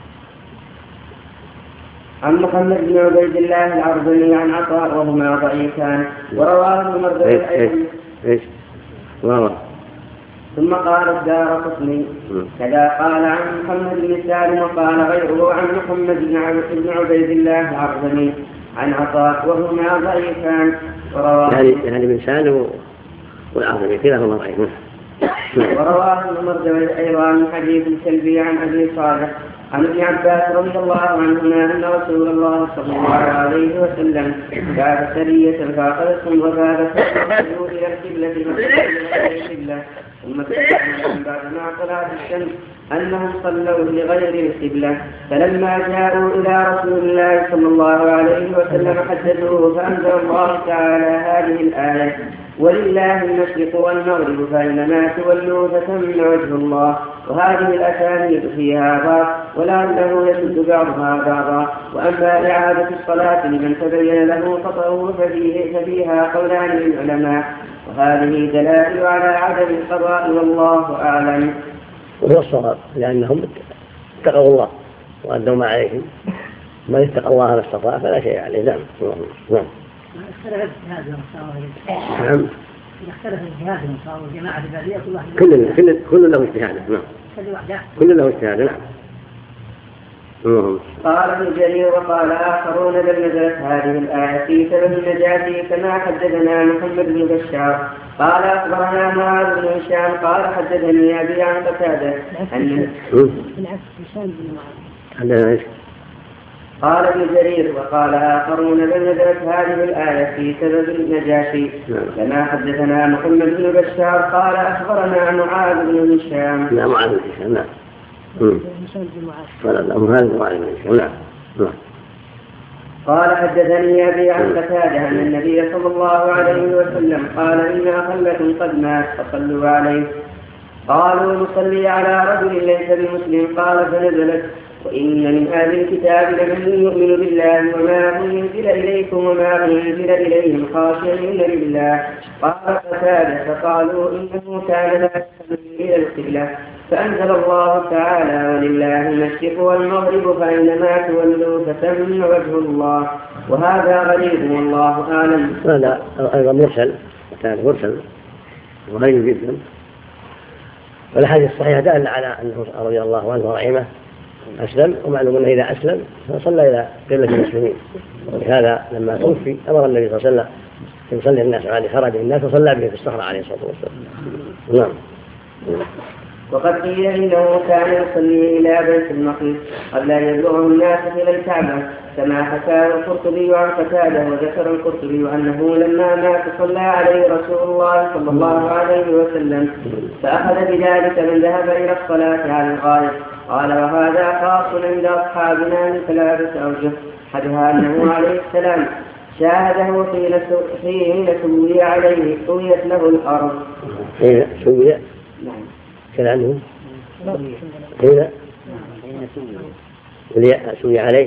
عن محمد بن عبيد الله العرجمي عن عطاء وهما ضعيفان ورواه المردود أيضا. ايش رواه ثم قال الدارقطني كذا قال عن محمد بن سالم وقال غيره عن محمد بن عبيد الله العرجمي عن عطاء وهما ضعيفان ورواه يعني يعني بن سالم والعرجمي كلاهما ضعيفان. ورواه المردود أيضا من حديث الكلبي عن أبي صالح عن ابن عباس رضي الله عنهما أن رسول الله صلى الله عليه وسلم بعث سرية فأخذتهم وذهبت فأخذوا إلى القبلة القبلة ثم استقبلوا بعدما طلعت الشمس أنهم صلوا لغير القبلة، فلما جاءوا إلى رسول الله صلى الله عليه وسلم حدثوه فأنزل الله تعالى هذه الآية: ولله المشرق والمغرب فإنما تولوا فثم وجه الله. وهذه الأسانيد فيها بعض ولعله يشد بعضها بعضا. وأما إعادة الصلاة لمن تبين له خطأه ففيه ففيها قولان للعلماء، وهذه دلائل على عدم القضاء والله أعلم. وهو الصواب لأنهم اتقوا الله وأدوا ما عليهم، من اتقى الله ما استطاع فلا شيء عليه. نعم نعم. اختلف اجتهادهم صاروا نعم. اختلف اجتهادهم صاروا جماعة البادية كلها كل كل كل له اجتهاده. نعم. كل له اجتهاده. نعم. قال ابن جرير وقال آخرون بل نزلت هذه الآية في سبب النجاة كما حدثنا محمد بن بشار قال أخبرنا معاذ بن هشام قال حدثني أبي عن قتادة أن قال ابن جرير وقال آخرون بل نزلت هذه الآية في سبب النجاشي كما حدثنا محمد بن بشار قال أخبرنا معاذ بن هشام. لا معاذ بن هشام. نعم. قال معاذ بن هشام. نعم. قال حدثني أبي عن قتادة أن النبي صلى الله عليه وسلم قال إن أخلكم قد مات فصلوا عليه. قالوا نصلي على رجل ليس بمسلم قال فنزلت وإن من أهل الكتاب لمن يؤمن بالله وما أنزل إليكم وما أنزل إليهم خاشعين لله. قال قتادة فقالوا إنه كان لا يصلي إلى القبلة فأنزل الله تعالى ولله المشرق والمغرب فإنما تولوا فثم وجه الله. وهذا غريب والله أعلم. هذا أيضا مرسل كان مرسل وغريب جدا. والحديث الصحيح دل على أنه رضي الله عنه ورحمه أسلم، ومعلوم أنه إذا أسلم فصلى إلى قبلة المسلمين. ولهذا لما توفي أمر النبي صلى الله عليه وسلم أن يصلي الناس عليه، خرج الناس وصلى به في الصحراء عليه الصلاة والسلام. نعم. وقد قيل إنه كان يصلي إلى بيت المقدس قبل أن يبلغه الناس إلى الكعبة كما حكى القرطبي عن قتادة. وذكر القرطبي أنه لما مات صلى عليه رسول الله صلى الله عليه وسلم فأخذ بذلك من ذهب إلى الصلاة على الغائب. قال وهذا خاص عند أصحابنا من ثلاثة أوجه. أحدها أنه عليه السلام شاهده حين سوي عليه سويت له الأرض. حين سوي؟ نعم. كان عنه حين سوي عليه.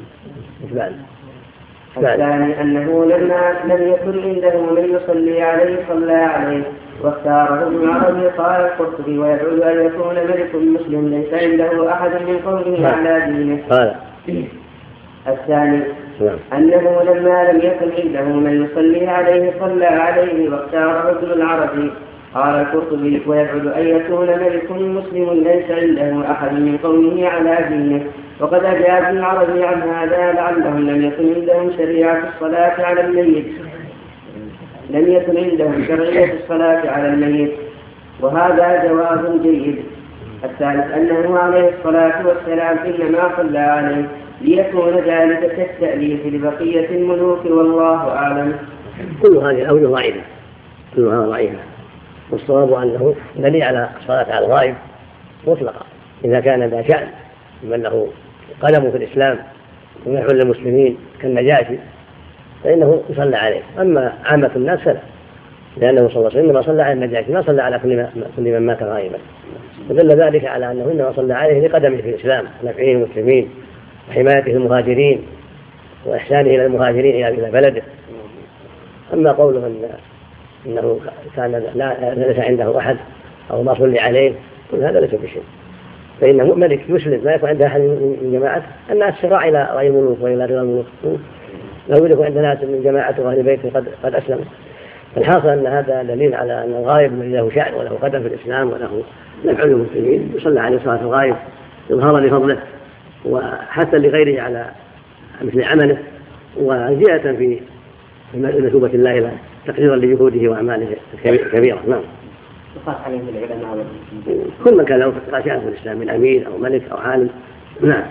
الثاني أنه لما لم يكن عنده من يصلي عليه صلى عليه واختاره ابن عربي. قال القرطبي ويدعو أن يكون ملك مسلم ليس عنده أحد من قومه على دينه. قال الثاني أنه لما لم يكن عنده من يصلي عليه صلى عليه واختاره ابن العربي. قال القرطبي ويدعو أن يكون ملك مسلم ليس عنده أحد من قومه على دينه. وقد أجاب ابن العربي عن هذا لعلهم لم يكن عندهم شريعة الصلاة على الميت لم يكن عندهم شرعية الصلاة على الميت وهذا جواب جيد. الثالث أنه عليه الصلاة والسلام إنما صلى عليه ليكون ذلك كالتأليف لبقية الملوك والله أعلم. كل هذه الأوجه ضعيفة كلها ضعيفة، والصواب أنه دليل على الصلاة على الغائب مطلقا إذا كان ذا شأن من له قدم في الإسلام ونحو للمسلمين كالنجاشي فإنه يصلى عليه. أما عامة الناس فلا، لأنه صلى الله عليه وسلم ما صلى على النجاشي ما صلى على كل من مات غائبا. ودل ذلك على أنه إنما صلى عليه لقدمه في الإسلام ونفعه المسلمين وحمايته المهاجرين وإحسانه إلى المهاجرين إلى بلده. أما قوله إن إنه كان لا ليس عنده أحد أو ما صلي عليه كل هذا ليس بشيء، فإنه ملك يسلم لا يكون عنده أحد من جماعته. الناس سراع إلى رأي الملوك وإلى رضا الملوك، لو يكون عند ناس من جماعته وأهل بيته قد قد أسلم. الحاصل أن هذا دليل على أن الغائب من له شأن وله قدم في الإسلام وله نفع للمسلمين يصلى عليه صلاة الغائب إظهارا لفضله وحتى لغيره على مثل عمله وزيادة في مثوبة الله له تقديرا لجهوده وأعماله الكبيرة. نعم. يقاس عليه العلماء كل من كان له شأن في الإسلام من أمير أو ملك أو عالم نعم.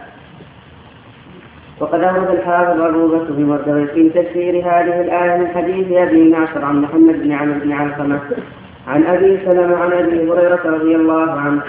وقد أورد الحافظ أبو بكر بن مردوي في تفسير هذه الآية من حديث أبي ناصر عن محمد بن عمرو بن علقمة عن أبي سلمة عن أبي هريرة رضي الله عنه.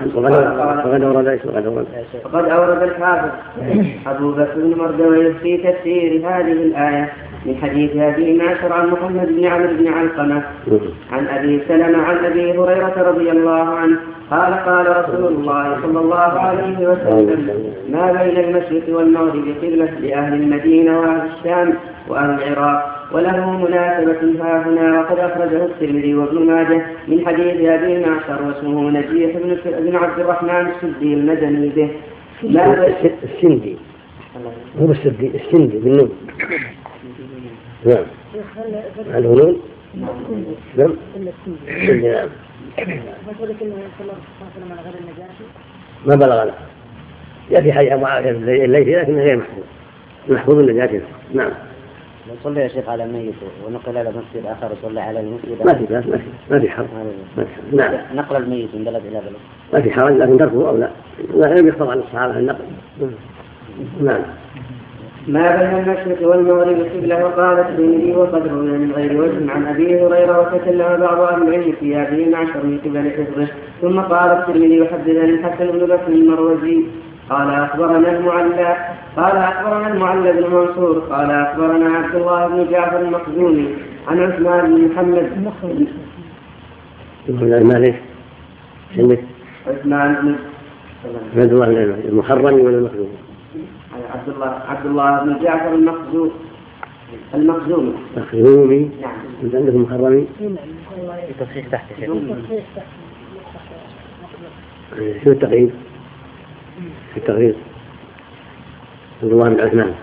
وقد أورد الحافظ أبو بكر بن مردوي في تفسير هذه الآية من حديث أبي ناصر عن محمد بن عمرو بن علقمة عن أبي سلمة عن أبي هريرة رضي الله عنه قال قال رسول الله صلى الله عليه وسلم ما بين المشرق والمغرب قبلة لأهل المدينة وأهل الشام وأهل العراق وله مناسبة ها هنا. وقد أخرجه الترمذي وابن ماجه من حديث أبي ناصر واسمه نجيح بن عبد الرحمن السدي المدني به. السندي هو السندي السندي بالنون. نعم. الهنون نعم. نعم. ما بلغنا يأتي حديث معاذ الليثي لكنه غير محفوظ محفوظ النجاشي. نعم. لو صلى يا شيخ على ميت ونقل إلى مسجد آخر وصلى على المسجد ما في بأس ما في ما في حرج. نعم. نقل الميت من بلد إلى بلد ما في حرج لكن تركه أو لا لا يقتضى عن الصحابة النقل. نعم. ما بين المشرق والمغرب قبلة. وقال الترمذي وقد روي من غير وجه عن أبي هريرة وتكلم بعض أهل العلم في هذه العشر من قبل حفظه. ثم قال الترمذي وحدثني الحسن بن بكر المروزي قال أخبرنا المعلى قال أخبرنا المعلى بن منصور قال أخبرنا عبد الله بن جعفر المخزومي عن عثمان بن محمد عثمان بن عبد الله المخرم ولا المخزومي؟ عبد الله عبد الله بن جعفر المخزومي المخزومي مخزومي. نعم. أنت عندك مخرمي؟ تصحيح تحت شو التقريب؟ في التغريب عبد الله بن عثمان.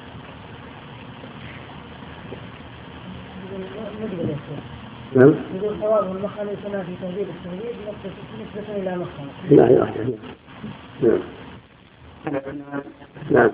نعم. يقول حوار المخرم يسمى في تهذيب التهذيب نسبة إلى مخرم. لا لا نعم. نعم.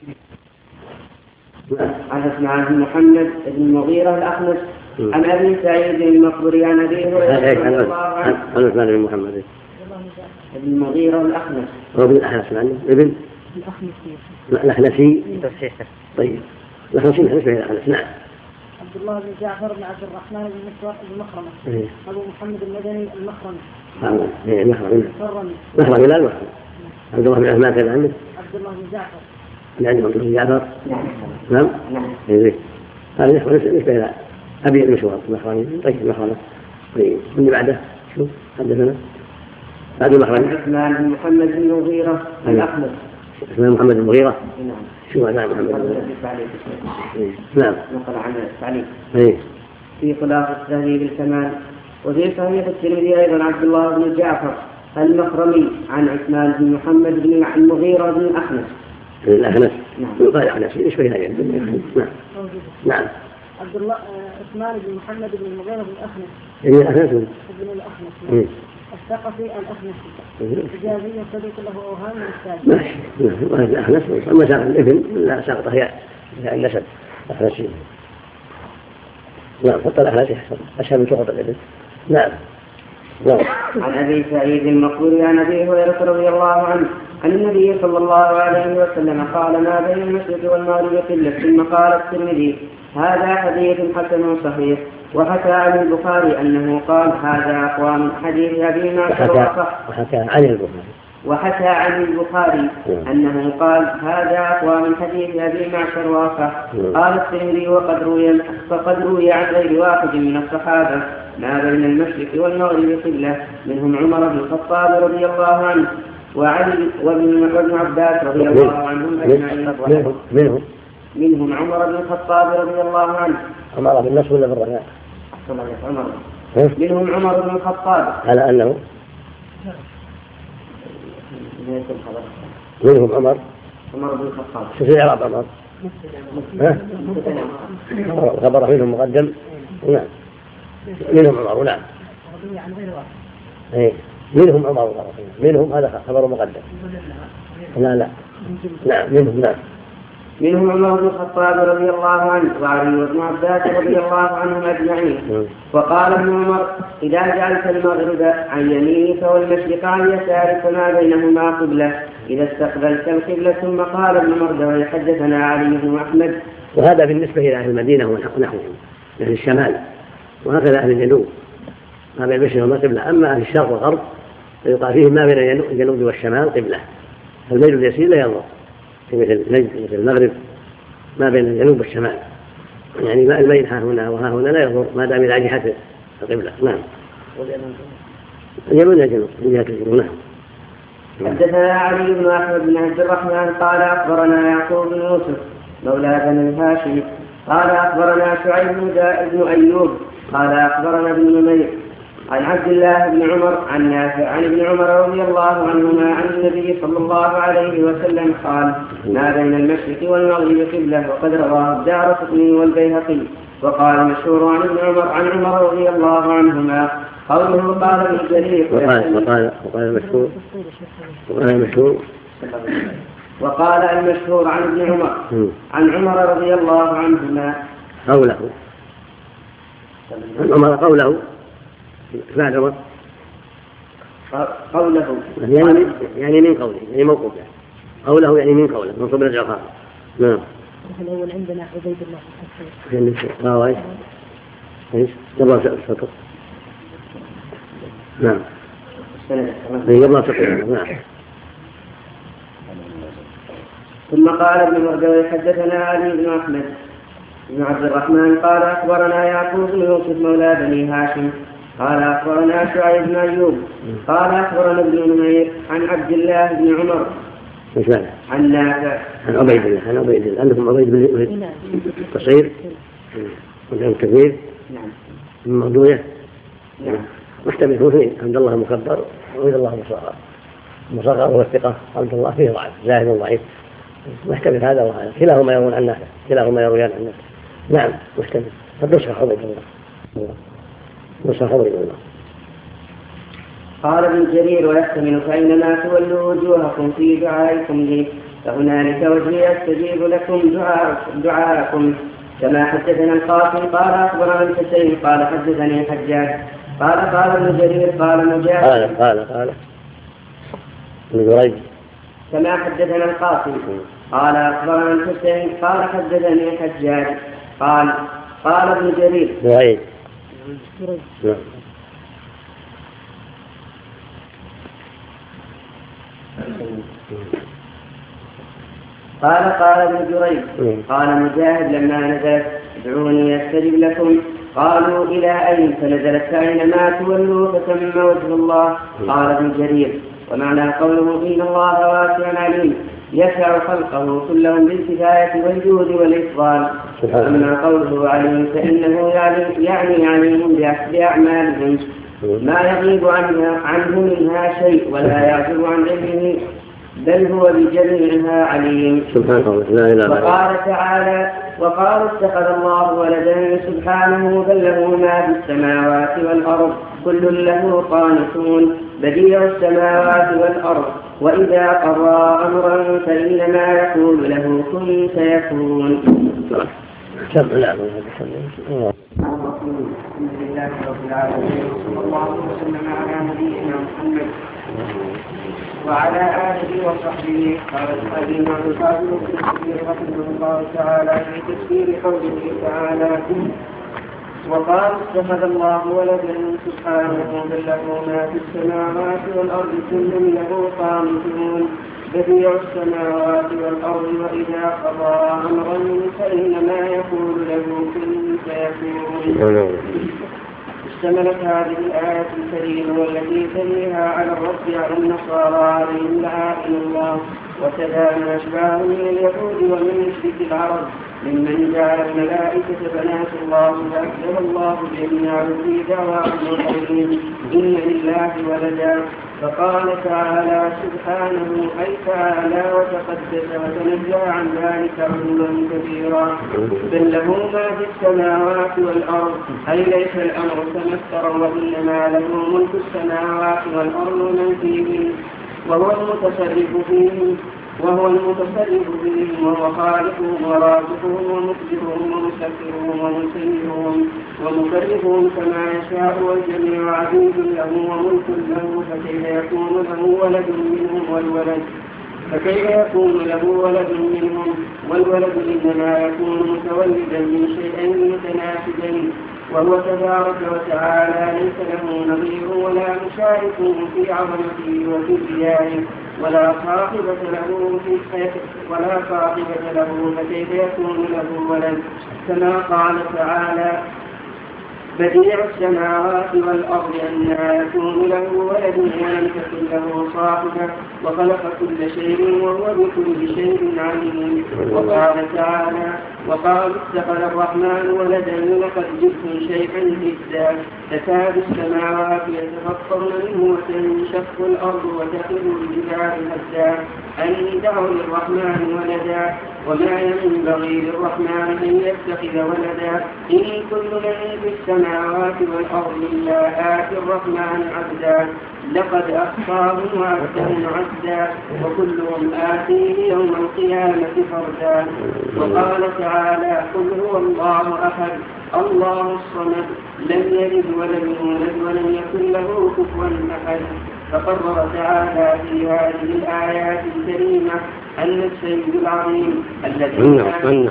عن عثمان بن محمد بن المغيرة الأخنس عن أبي سعيد المقبري عن أبي هريرة عن عثمان بن محمد بن المغيرة الأخنس هو ابن الأحنس عنه ابن الأحنسي. طيب الأحنسي الأحنس بين الأحنس. نعم. عبد الله بن جعفر بن عبد الرحمن بن المخرمة أبو محمد المدني المخرمي. نعم. المخرمي مخرمي لا المخرمي. عبد الله بن عثمان كذا عندك؟ عبد الله بن جعفر. عندك عبد الله بن جعفر. نعم. نعم. هذا نحو نسبة إلى أبي المشوار المخرمي. طيب المخرمي. طيب اللي بعده شو حدثنا بعد المخرمي؟ عثمان بن محمد بن المغيرة الأخنس. عثمان محمد بن المغيرة. نعم. شو عثمان محمد بن المغيرة؟ نعم. نقل عن التعليق. إيه. في خلاصة التهذيب الكمال. وفي صحيح الترمذي أيضا عبد الله بن جعفر المخرمي عن عثمان بن محمد بن المغيرة بن الأخنس. الأخنس. نعم. يقال الأخنس إيش بين هذين؟ نعم. نعم. عبد الله عثمان بن محمد بن المغيرة بن الأخنس. ابن الأخنس. ابن الأخنس. الثقفي الأخنسي. إجازي صديق له أوهام من السادس. ماشي. الأخنس ما ساق الابن لا ساقط هي النسب الأخنسي. نعم. حتى الأخنسي أشهر من سقط الابن. نعم. نعم. عن أبي سعيد المقبري عن أبي هريرة رضي الله عنه عن النبي صلى الله عليه وسلم قال ما بين المشرق والمغرب قلة. ثم قال الترمذي هذا حديث حسن صحيح. وحكى عن البخاري أنه قال هذا أقوى من حديث أبي ناصر وصح. وحكى عن البخاري وحكى عن البخاري أنه قال هذا أقوى من حديث أبي معشر واصح. قال الترمذي وقد روي فقد روي عن غير واحد من الصحابة ما بين المشرق والمغرب قبلة منهم عمر بن الخطاب رضي الله عنه وعلي وابن عباس رضي الله عنهم أجمعين. منهم منهم عمر بن الخطاب رضي الله عنه. عمر بن النصر ولا بالرجاء؟ عمر. منهم عمر بن الخطاب. على أنه منهم عمر. عمر بن الخطاب. شو في إعراب عمر؟ ها؟ خبر منهم مقدم. نعم. منهم عمر. نعم. إيه. منهم عمر. منهم هذا خبر مقدم. لا لا. نعم منهم. نعم. منهم عمر بن الخطاب رضي الله عنه وعلي بن عباس رضي الله عنهم أجمعين. وقال ابن عمر إذا جعلت المغرب عن يمينك والمشرق عن يسارك فما بينهما قبلة إذا استقبلت القبلة. ثم قال ابن مردوي حدثنا علي بن أحمد. وهذا بالنسبة إلى أهل المدينة ونحوهم أهل الشمال، وهكذا أهل الجنوب ما بين المشرق والمغرب. أما أهل الشرق والغرب فيقال فيه ما بين الجنوب والشمال قبلة، فالميل اليسير لا ينظر في مثل نجد مثل المغرب ما بين الجنوب والشمال، يعني ما الميل ها هنا وها هنا لا ينظر ما دام إلى جهة القبلة. نعم. اليمين الجنوب من جهة الجنوب. نعم. حدثنا علي بن أحمد بن عبد الرحمن قال أخبرنا يعقوب بن يوسف مولى بني هاشم قال أخبرنا شعيب بن أيوب قال أخبرنا ابن نمير عن عبد الله بن عمر عن نافع عن ابن عمر رضي الله عنهما عن النبي صلى الله عليه وسلم قال ما بين المشرق والمغرب قبلة. وقد رواه الدارقطني والبيهقي. وقال مشهور عن ابن عمر عن عمر رضي الله عنهما قوله قال ابن جرير وقال وقال وقال المشهور وقال المشهور وقال المشهور عن ابن عمر عن عمر رضي الله عنهما قوله عن عمر قوله فعل عمر قوله يعني يعني من قوله يعني موقوف قوله يعني من قوله منصوب رجع قال. نعم. الأول عندنا عبيد الله بن حسين. اه ايش؟ ايش؟ قبل السطر. نعم. قبل السطر. نعم. ثم قال ابن مردوي حدثنا علي بن أحمد بن عبد الرحمن قال أخبرنا يعقوب بن يوسف مولى بني هاشم قال أخبرنا شعيب بن أيوب قال أخبرنا ابن نمير عن عبد الله بن عمر عن نافع عن عبيد الله عن عبيد الله عندكم عبيد بن قصير وعن كثير نعم الموضوعية نعم محتمل فيه عبد الله مكبر وعبد الله مصغر مصغر هو الثقة عبد الله فيه ضعيف زاهد ضعيف محتمل هذا وهذا كلاهما يروون عن نافع كلاهما يرويان عن نافع. نعم محتمل قد نسخ عبيد الله نسخ عبيد الله. قال ابن جرير ويحتمل فإنما تولوا وجوهكم في دعائكم لي فهنالك وجهي أستجيب لكم دعاءكم. كما حدثنا القاسم قال أخبرنا الحسين قال حدثني الحجاج قال قال ابن جرير قال مجاهد قال قال قال ابن جريج كما حدثنا القاسم قال أخبرنا الحسين قال حدثني الحجاج قال قال ابن جرير جريج قال قال ابن جريج قال مجاهد لما نزلت ادعوني استجب لكم قالوا إلى أين فنزلت فأينما تولوا فثم وجه الله. قال ابن جرير ومعنى قوله إن الله واسع عليم يسع خلقه كلهم بالكفاية والجود والإفضال. أما قوله عليم فإنه يعني عليم بأعمالهم ما يغيب عنه منها شيء ولا يعزب عن علمه بل هو بجميعها عليم. وقال تعالى وقالوا اتخذ الله ولدا سبحانه بل له ما في السماوات والأرض كل له قانتون بديع السماوات والأرض وإذا قضى أمرا فإنما يقول له كن فيكون. الحمد لله رب العالمين صلى الله وسلم على نبينا محمد وعلى آله وصحبه. قال الحديث عن القاسم رحمه الله تعالى في تفسير قوله تعالى وقال اتخذ الله ولدا سبحانه بل له ما في السماوات والأرض كل له قانتون بديع السماوات والأرض وإذا قضى أمرا فإنما يقول له كن فيكون. اشتملت هذه الآية الكريمة والتي تليها على الرد على النصارى عليهم لعائن الله وكذا ما أشباه من اليهود ومن مشرك العرب ممن جعل الملائكة بنات الله فأكذب الله جميعا في دعواهم وقولهم إن لله ولدا. فقال تعالى سبحانه أي تعالى وتقدس وتنزه عن ذلك علوا كبيرا بل له ما في السماوات والأرض أي ليس الأمر تمثرا وإنما له ملك السماوات والأرض من فيهن وهو المتصرف فيهن وهو المتصرف بهم وهو خالقهم ورازقهم ومقدرهم ومسخرهم ومسيرهم ومفرقهم كما يشاء، والجميع عبيد له وملك له، فكيف يكون له ولد منهم والولد فكيف يكون له ولد منهم والولد إنما يكون متولدا من شيئين متناسبين، وهو تبارك وتعالى ليس له نظير ولا مشارك في عظمته وفي ابتدائه، ولا صاحبة له في ولا صاحبة له فكيف يكون له ولد، كما قال تعالى: بديع السماوات والأرض أنى يكون له ولد ولم تكن له صاحبة وخلق كل شيء وهو بكل شيء عليم. وقال تعالى: وقالوا اتخذ الرحمن ولدا لقد جئتم شيئا إدا، تكاد السماوات يتفطرن منه وتنشق الأرض وتخر الجبال هدا أن دعوا للرحمن ولدا وما ينبغي للرحمن أن يتخذ ولدا إن كل من في السماوات والأرض إلا آتي الرحمن عبدا لقد أحصاهم وعدهم عدا وكلهم آتيه يوم القيامة فردا. وقال تعالى: قل هو الله أحد الله الصمد لم يلد ولم يولد ولم يكن له كفوا أحد. فقرر تعالى في هذه الآيات الكريمة أن السيد العظيم الذي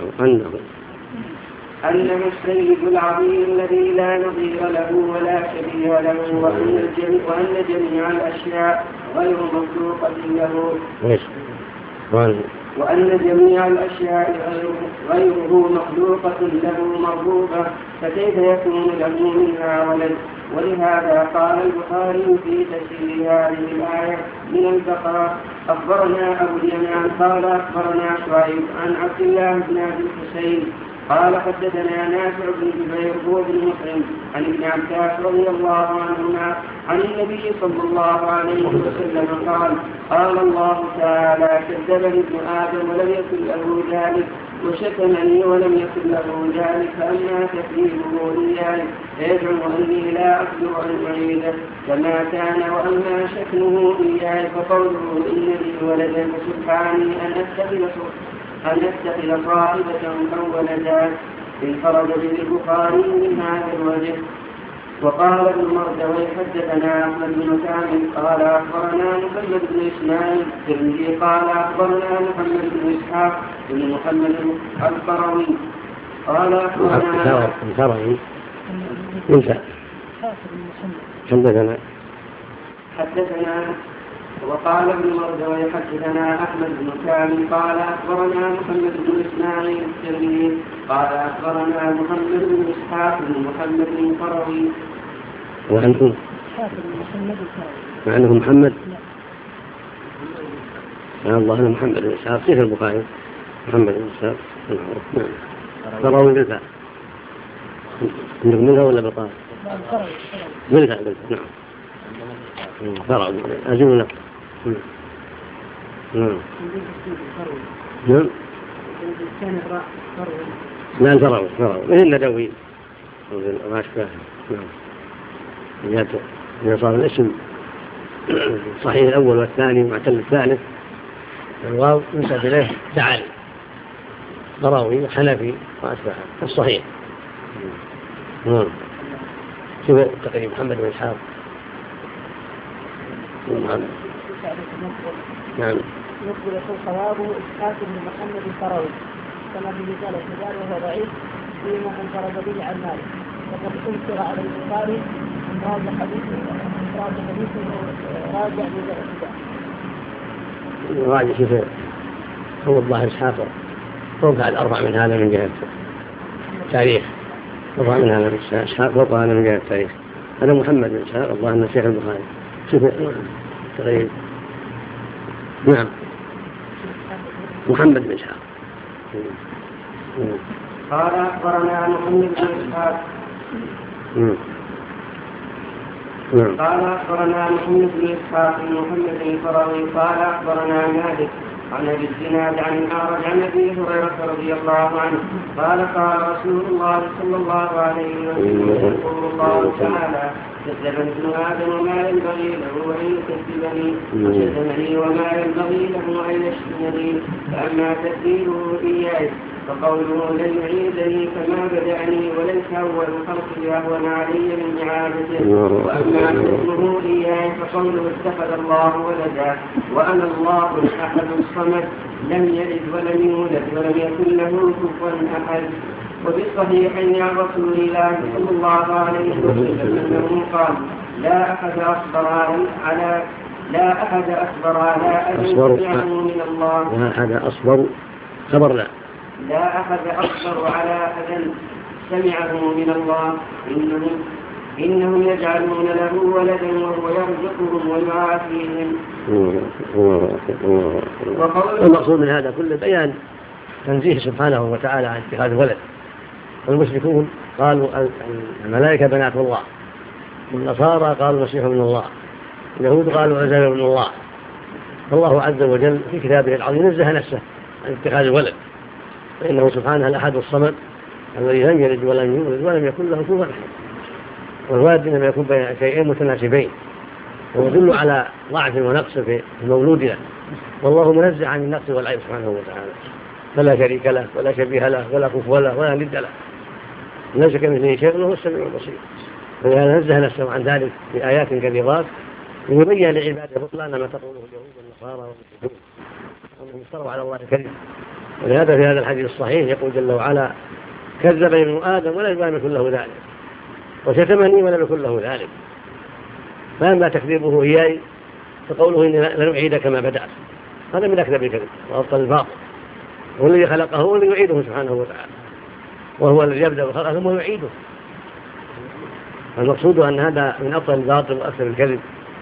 أنه السيد العظيم الذي لا نظير له ولا شبيه له، وأن الجميع, وأن جميع الأشياء غير مخلوقة له وأن جميع الأشياء غيره مخلوقة له مرغوبة، فكيف يكون له منها ولد؟ ولهذا قال البخاري في تفسير هذه الآية من البقرة: أخبرنا أبو اليمان قال أخبرنا شعيب عن عبد الله بن أبي الحسين قال حدثنا نافع بن جبير هو بن مسلم عن ابن عباس رضي الله عنهما عن النبي صلى الله عليه وسلم قال: قال الله تعالى: كذبني ابن آدم ولم يكن له ذلك وشتمني ولم يكن له ذلك، فأما تكذيبه إياي فيدعو أني لا أقدر أن أعيده كما كان، وأما شتمه إياي فقوله إن لي ولدا فسبحاني أن أتخذ أن يتخذ صاحبة أو ولدا. انفرد به البخاري من هذا الوجه. وقال ابن مردوي حدثنا أحمد بن كامل قال أخبرنا محمد بن إسماعيل الترمذي قال أخبرنا محمد بن إسحاق بن محمد القروي قال أخبرنا القروي انت حدثنا حدثنا وقال ابن مردوي حدثنا أحمد بن كامل قال أخبرنا محمد بن إسماعيل الترمذي قال أخبرنا محمد بن إسحاق بن محمد القروي. وعندكم وعندكم محمد؟ لا الله أنا محمد بن إسحاق كيف البخاري محمد بن إسحاق قروي بالفعل عندكم منها ولا بالقاء؟ بالفعل بالفعل نعم قروي أجل لك نعم نعم لا الفروي فروي إلا دوي ما أشبه نعم إذا صار الاسم صحيح الأول والثاني ومعتل الثالث الواو ينسب إليه تعالي ضراوي حنفي وأشبه الصحيح. نعم شوف تقريب محمد بن إسحاق. نعم نعم نقول يقول صوابه إسحاق بن محمد القروي كما في رسالة الرجال وهو ضعيف فيما انفرد به عن مالك، وقد انكر على البخاري ان راجع حديثه راجع حديثه راجع بذلك راجع شوف هو الظاهر إسحاق فوق على الأربع من هذا من جهة تاريخ أربع من هذا من إسحاق فوق هذا من جهة التاريخ. هذا محمد بن إسحاق الله أنه شيخ البخاري شوف تغيير. نعم محمد بن إسحاق قال أخبرنا محمد بن إسحاق قال أخبرنا محمد بن إسحاق بن محمد القروي قال أخبرنا مالك عن أبي الزناد عن الأعرج عن أبي هريرة رضي الله عنه قال قال رسول الله صلى الله عليه وسلم يقول الله تعالى: كذب ابن آدم وما ينبغي له أن يكذبني وشتمني وما ينبغي له أن يشتمني. فأما تكذيبه إياي فقوله لن يعيدني كما بدأني وليس أول خلقي أهون علي من إعادته. وأما كذبه إياي فقوله اتخذ الله ولدا وأنا الله الأحد الصمد لم يلد ولم يولد ولم يكن له كفوا أحد. وفي الصحيحين عن رسول الله صلى الله عليه وسلم أنه قال لا أحد أصبر على لا أحد أصبر على أن يسمعه من الله. لا أحد أصبر خبر لا لا أحد أصبر على أذى سمعه من الله إنهم, إنهم يجعلون له ولدا وهو يرزقهم ويعافيهم. المقصود من هذا كله بيان تنزيه سبحانه وتعالى عن اتخاذ ولد. المشركون قالوا الملائكة بنات الله، والنصارى قالوا المسيح ابن الله، اليهود قالوا عزير ابن الله. فالله عز وجل في كتابه العظيم نزه نفسه عن اتخاذ الولد، فإنه سبحانه الأحد الصمد الذي لم يلد ولم يولد ولم يكن له كفوا أحد. والولد إنما يكون بين شيئين متناسبين، ويدل على ضعف ونقص في المولود له، والله منزه عن النقص والعيب سبحانه وتعالى، فلا شريك له ولا شبيه له ولا كفوا له ولا ند له، ليس كمثله شيء وهو السميع البصير. فلهذا نزه نفسه عن ذلك في آيات كثيرات ليبين لعباده بطلان ما تقوله اليهود والنصارى والمشركون أنهم افتروا على الله الكذب. ولهذا في هذا الحديث الصحيح يقول جل وعلا كذب ابن آدم ولم يكن له ذلك وشتمني ولم يكن له ذلك. فأما تكذيبه إياي فقوله إني لن أعيد كما بدأت، هذا من أكذب الكذب وأبطل الباطل. هو الذي خلقه هو الذي يعيده سبحانه وتعالى، وهو الذي يبدأ الخلق ثم يعيده. المقصود أن هذا من أبطل الباطل وأكثر الكذب.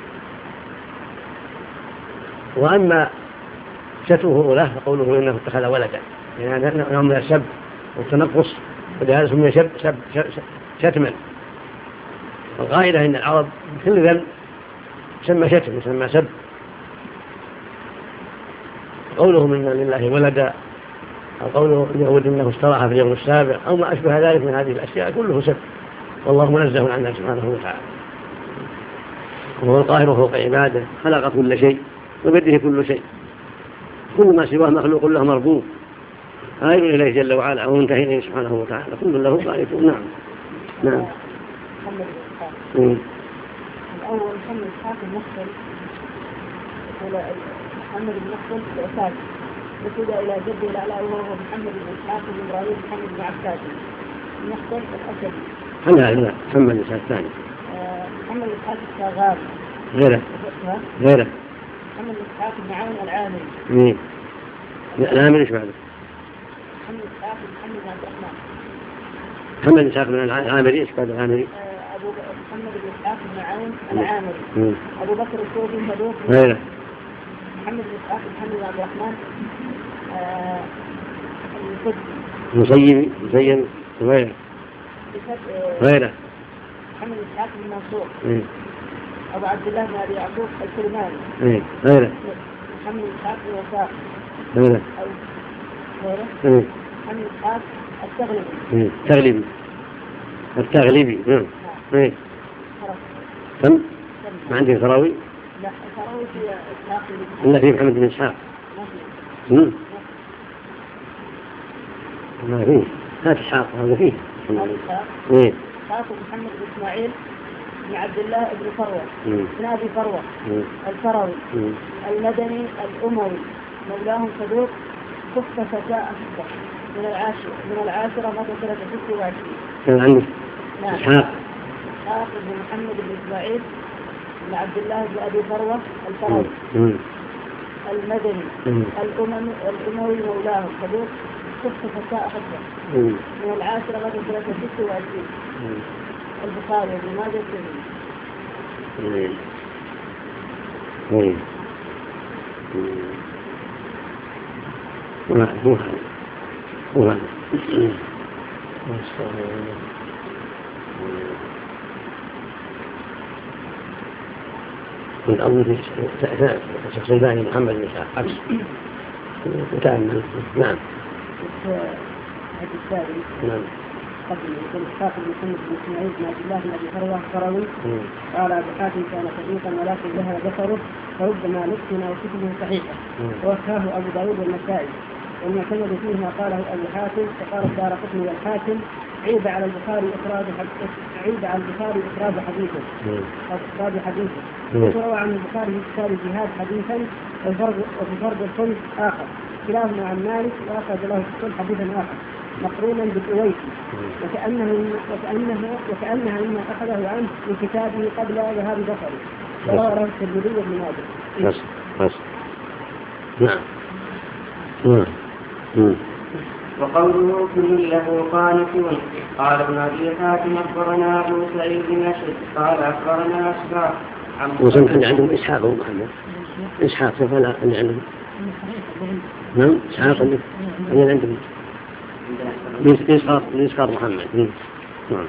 وأما شتمه له فقوله إنه اتخذ ولدا، يعني هذا نوع من السب والتنقص، ولهذا سمي شب شب شتما. القاعدة إن العرب كل ذنب يسمى شتم يسمى سب. قوله من لله ولدا أو قوله اليهود إنه استراح في اليوم السابع أو ما أشبه ذلك من هذه الأشياء كله سب، والله منزه عنها سبحانه وتعالى. وهو القاهر فوق عباده، خلق كل شيء وبيده كل شيء، كل ما سواه مخلوق له مربوب آير إليه جل وعلا ومنتهي إليه سبحانه وتعالى، كل له قانتون. نعم نعم. الأول محمد إسحاق المخزن محمد بن مخزن العساكي نسب إلى جده الأعلى وهو محمد بن إسحاق بن إبراهيم محمد بن عباس المخزن الأسدي. لا لا محمد إسحاق الثاني. محمد إسحاق الشاغار غيره غيره محمد إسحاق بن عون العامري. مين؟ العامري إيش بعده؟ محمد إسحاق محمد بن عبد الرحمن. محمد إسحاق بن العامري إيش بعد العامري؟ أبو محمد بن إسحاق بن عون العامري. أبو بكر الصوفي هذوك. غيره محمد بن إسحاق محمد بن عبد الرحمن. المسيبي مسيب غيره غيره محمد إسحاق بن منصور. أبو عبد الله بن أبي يعقوب الكرماني. غيره محمد إسحاق بن وفاء. غيره غيره محمد إسحاق التغلبي. التغلبي التغلبي. نعم. ايه كم؟ ما عندي ثراوي؟ لا ثراوي في إسحاق. إلا في محمد بن إسحاق. امم ما فيه هذا إسحاق هذا فيه. ايه إسحاق محمد بن إسماعيل بن عبد الله بن فروة بن أبي فروة الفروي المدني الأموي مولاهم صدوق كف فتاة من العاشرة من العاشرة مات سنة ستة وعشرين. كان عنده إسحاق إسحاق بن محمد بن إسماعيل بن عبد الله بن أبي فروة الفروي المدني الأموي الأموي مولاهم صدوق كف فتاة من العاشرة مات سنة ستة وعشرين. البخاري وابن ماجه والترمذي. امم امم مو هذا مو هذا من أول شخص ثاني محمد بن إسحاق عكس متأمل. نعم هذا الثاني نعم المتقدم يقول إسحاق بن محمد بن إسماعيل بن عبد الله بن أبي فروة القروي قال أبو حاتم كان صديقا ولكن ذهب بصره فربما نفسنا وكتبه صحيحة ووفاه أبو داود والنسائي والمعتمد فيه ما قاله أبو حاتم وقال الدارقطني والحاكم عيب على البخاري إخراج عيب على البخاري إخراج حديثه إخراج حديثه وروى عن البخاري في كتاب الجهاد حديثا وفي فرض الخمس آخر كلاهما عن مالك وأخرج له في الصلح حديثا آخر مقرونا بالأويسي وكأنه وكأنها وكأنها مما أخذه عنه من كتابه قبل ذهاب بصره وروى له الترمذي بن ماجه. بس بس نعم نعم. وقوله كل له قانتون قال ابن أبي حاتم أخبرنا أبو سعيد بن أشد قال أخبرنا أشباه وسمع أن عندهم إسحاق ومحمد إسحاق فلا أن عندهم نعم إسحاق اللي عندهم إسحاق إسحاق محمد نعم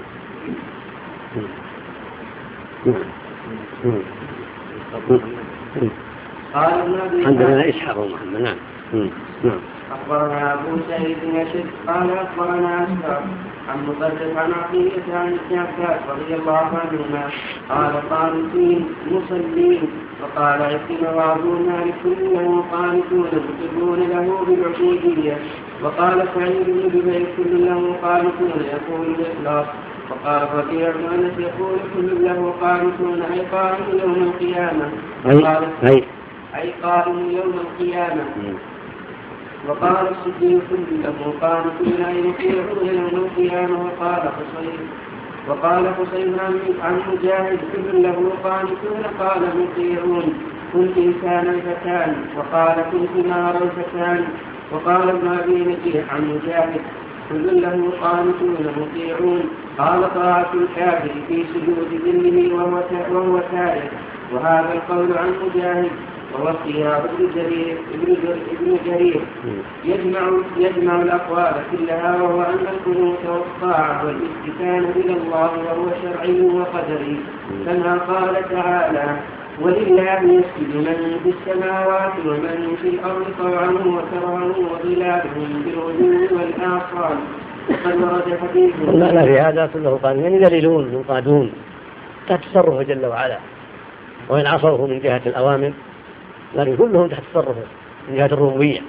عندنا إسحاق ومحمد نعم نعم. أخبرنا أبو سعيد بن أشد قال أخبرنا أشباه عن مصدق عن عقيلة عن ابن عباس رضي الله عنهما قال قانتين مصلين وقال عكرمة وأبو مالك كلهم قانتون مقرون له بالعبودية وقال سعيد بن جبير كلهم قانتون يقول الإخلاص وقال ربيع بن أنس يقول كل له قانتون أي قائم يوم القيامة أي أي قائم يوم القيامة. وقال الصديق له قانتون أي مطيعون يوم القيامة. وقال حصين وقال حصين عن مجاهد كل له قانتون قال مطيعون كنت إنسانا فتان وقال كنت نارا فتان. وقال ابن أبي نجيح عن مجاهد كل له قانتون مطيعون قال طاعة الكافر في سجود ذله وهو تائب. وهذا القول عن مجاهد وهو اختيار ابن جرير ابن جرير يجمع يجمع الأقوال كلها وهو أن القنوت والطاعة والاستكان إلى الله وهو شرعي وقدري كما قال تعالى ولله يسجد من في السماوات ومن في الأرض طوعا وكرها وظلالهم بالغدو والآصال. وقد ورد حديث لا لا في هذا كله قال يعني يذللون ينقادون تحت تصرفه جل وعلا وإن عصوه من جهة الأوامر لكن كلهم تحت تصرفه من جهة الربوبية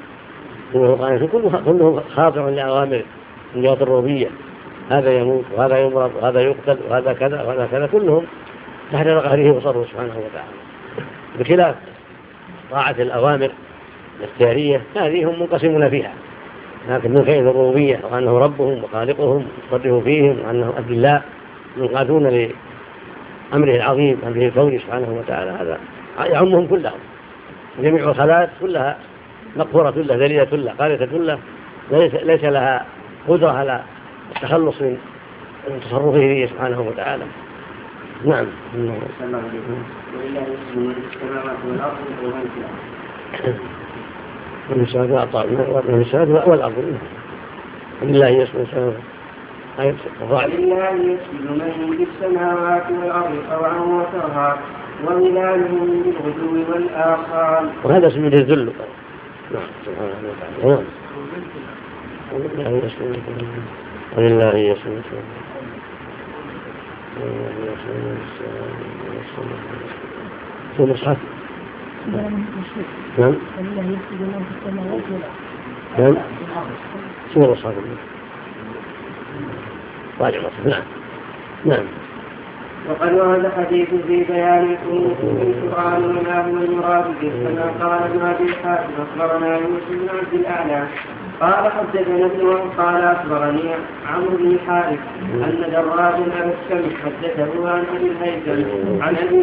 كلهم خاضع لأوامر من جهة الربوبية هذا يموت وهذا يمرض وهذا يقتل وهذا كذا وهذا كذا كلهم تحت قهره وصرفه سبحانه وتعالى بخلاف طاعة الأوامر الاختيارية هذه هم منقسمون فيها لكن من خير الربوبية وأنه ربهم وخالقهم يصرف فيهم وأنهم عبد الله منقادون لأمره العظيم أمره الكوني سبحانه وتعالى هذا يعمهم كلهم جميع الخلائق كلها مقهورة له ذليلة له قانتة له ليس لها قدرة على التخلص من تصرفه فيه سبحانه وتعالى. نعم. والأرض والأرض لله يسمى ولله يسجد من في السماوات والأرض طوعا وكرها وظلالهم بالغدو والآصال. وهذا اسمه الذل. نعم سبحانه وتعالى. ولله يسجد ولله يسجد في المصحف. نعم. ولله يسجد من في السماوات والأرض. نعم. شو المصحف؟ راجع مصحف. نعم. نعم. وقد ورد حديث في بيان القنوت في القرآن وما هو المراد به كما قال ابن أبي حاتم أخبرنا يوسف بن عبد الأعلى قال حدثنا ابن قال أخبرني عمرو بن حارث أن دراجا أبا الشمس حدثه عن أبي الهيثم عن أبي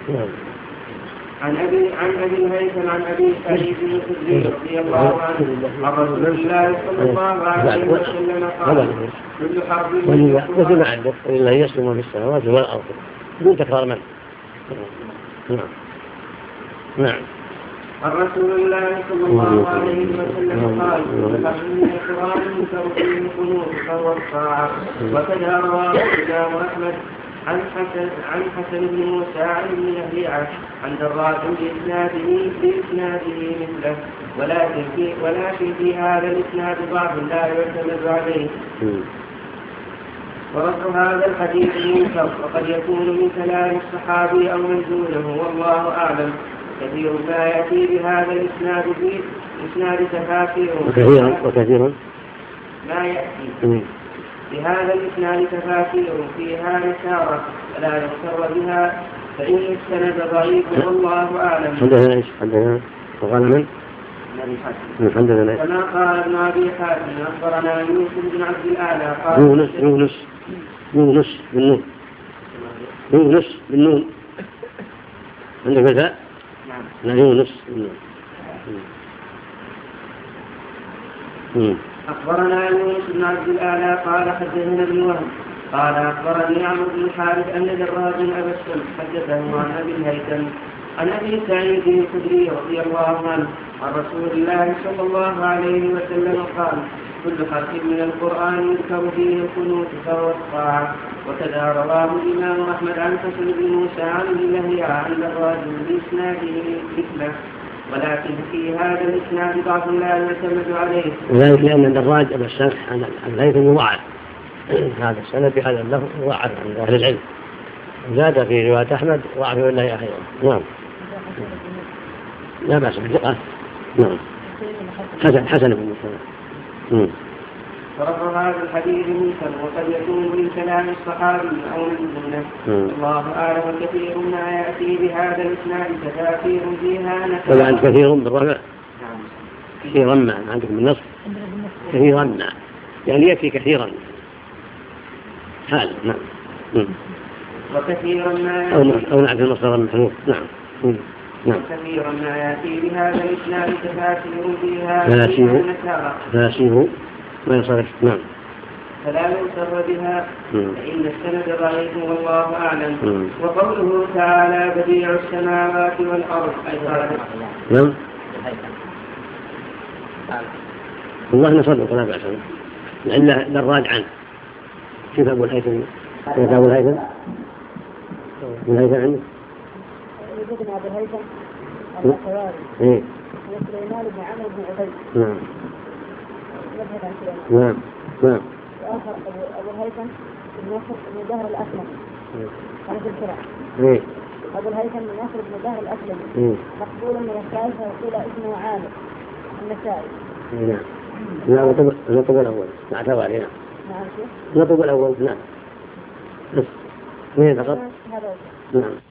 عن أبي عن أبي الهيثم عن أبي سعيد بن الخدري رضي الله عنه عن رسول الله صلى الله عليه وسلم قال كل حرب مثل عندك ولله يسلم في السماوات والأرض بدون تكرار من. نعم. نعم. عن رسول الله صلى الله عليه وسلم قال من القرآن ينكر فيه القنوت فهو الطاعة. وكذا رواه الإمام أحمد عن حسن عن حسن بن موسى عن ابن لهيعة عن دراج بإسناده بإسناده مثله ولكن في ولكن في هذا الإسناد بعض لا يعتمد عليه. ورفع هذا الحديث منكر وقد يكون من كلام الصحابي أو من دونه والله أعلم. كثير ما يأتي بهذا الإسناد في إسناد تفاسير وكثيرا وكثيرا ما يأتي بهذا الإسناد تفاسير فيها نكارة فلا يغتر بها فإن السند ضعيف والله أعلم. حدثنا إيش حدثنا وقال من؟ حدثنا كما قال ابن أبي حاتم أخبرنا يوسف بن عبد الأعلى قال يونس يونس يونس بالنون يونس بالنون عندك فتاة؟ نعم. لا يونس بالنون. أخبرنا يونس بن عبد الأعلى قال حدثنا ابن وهب قال أخبرني عمرو بن الحارث أن دراج أبا السلم حدثه عن أبي الهيثم عن أبي سعيد الخدري رضي الله عنه عن رسول الله صلى الله عليه وسلم قال كل حرف من القرآن يذكر فيه القنوت فهو الطاعة. وكذا رواه الإمام أحمد عن حسن بن موسى عن الله عن دراج بإسناده مثله ولكن في هذا الإسناد ضعف لا يعتمد عليه. وذلك لأن دراج أبا السلم عن الهيثم يضاعف هذا السند بهذا اللفظ يضاعف عند أهل العلم. زاد في رواية أحمد ضعف الله أحيانا. نعم لا بأس بالثقة. نعم حسن حسن بن موسى. فرفع هذا الحديث منكر وقد يكون من كلام الصحابي أو من دونه الله أعلم. كثير ما يأتي بهذا الإسناد تفاسير فيها نكارة. ولا عند كثير بالرفع كثيرا ما عندكم بالنصب كثيرا ما يعني يأتي كثيرا حال. نعم وكثيرا ما يأتي أو نعرف المصدر المحمود. نعم نعم كثيرا ما يأتي بهذا الإسناد تفاسير فيها نكارة تفاسير ما ينصرف. نعم فلا يغتر بها فإن السند ضعيف والله أعلم. مم. وقوله تعالى بديع السماوات والأرض أي ذلك. نعم والله نصدق لا بأس لأن دراج عنه. كيف أبو الهيثم كيف أبو الهيثم أبو الهيثم عنه يوجد أبو الهيثم الخواري إيه وسليمان بن عمرو بن عبيد. نعم يبحث عن سليمان. نعم نعم وآخر أبو الهيثم بن نصر بن دهر الأسلم كان في الشرع. إيه أبو الهيثم بن نصر بن دهر الأسلم إيه مقبول من الثالثة وقيل اسمه عامر النسائي. نعم لا نطب نطب الأول مع توالي. نعم نعم نطب الأول. نعم اثنين فقط. هذا نعم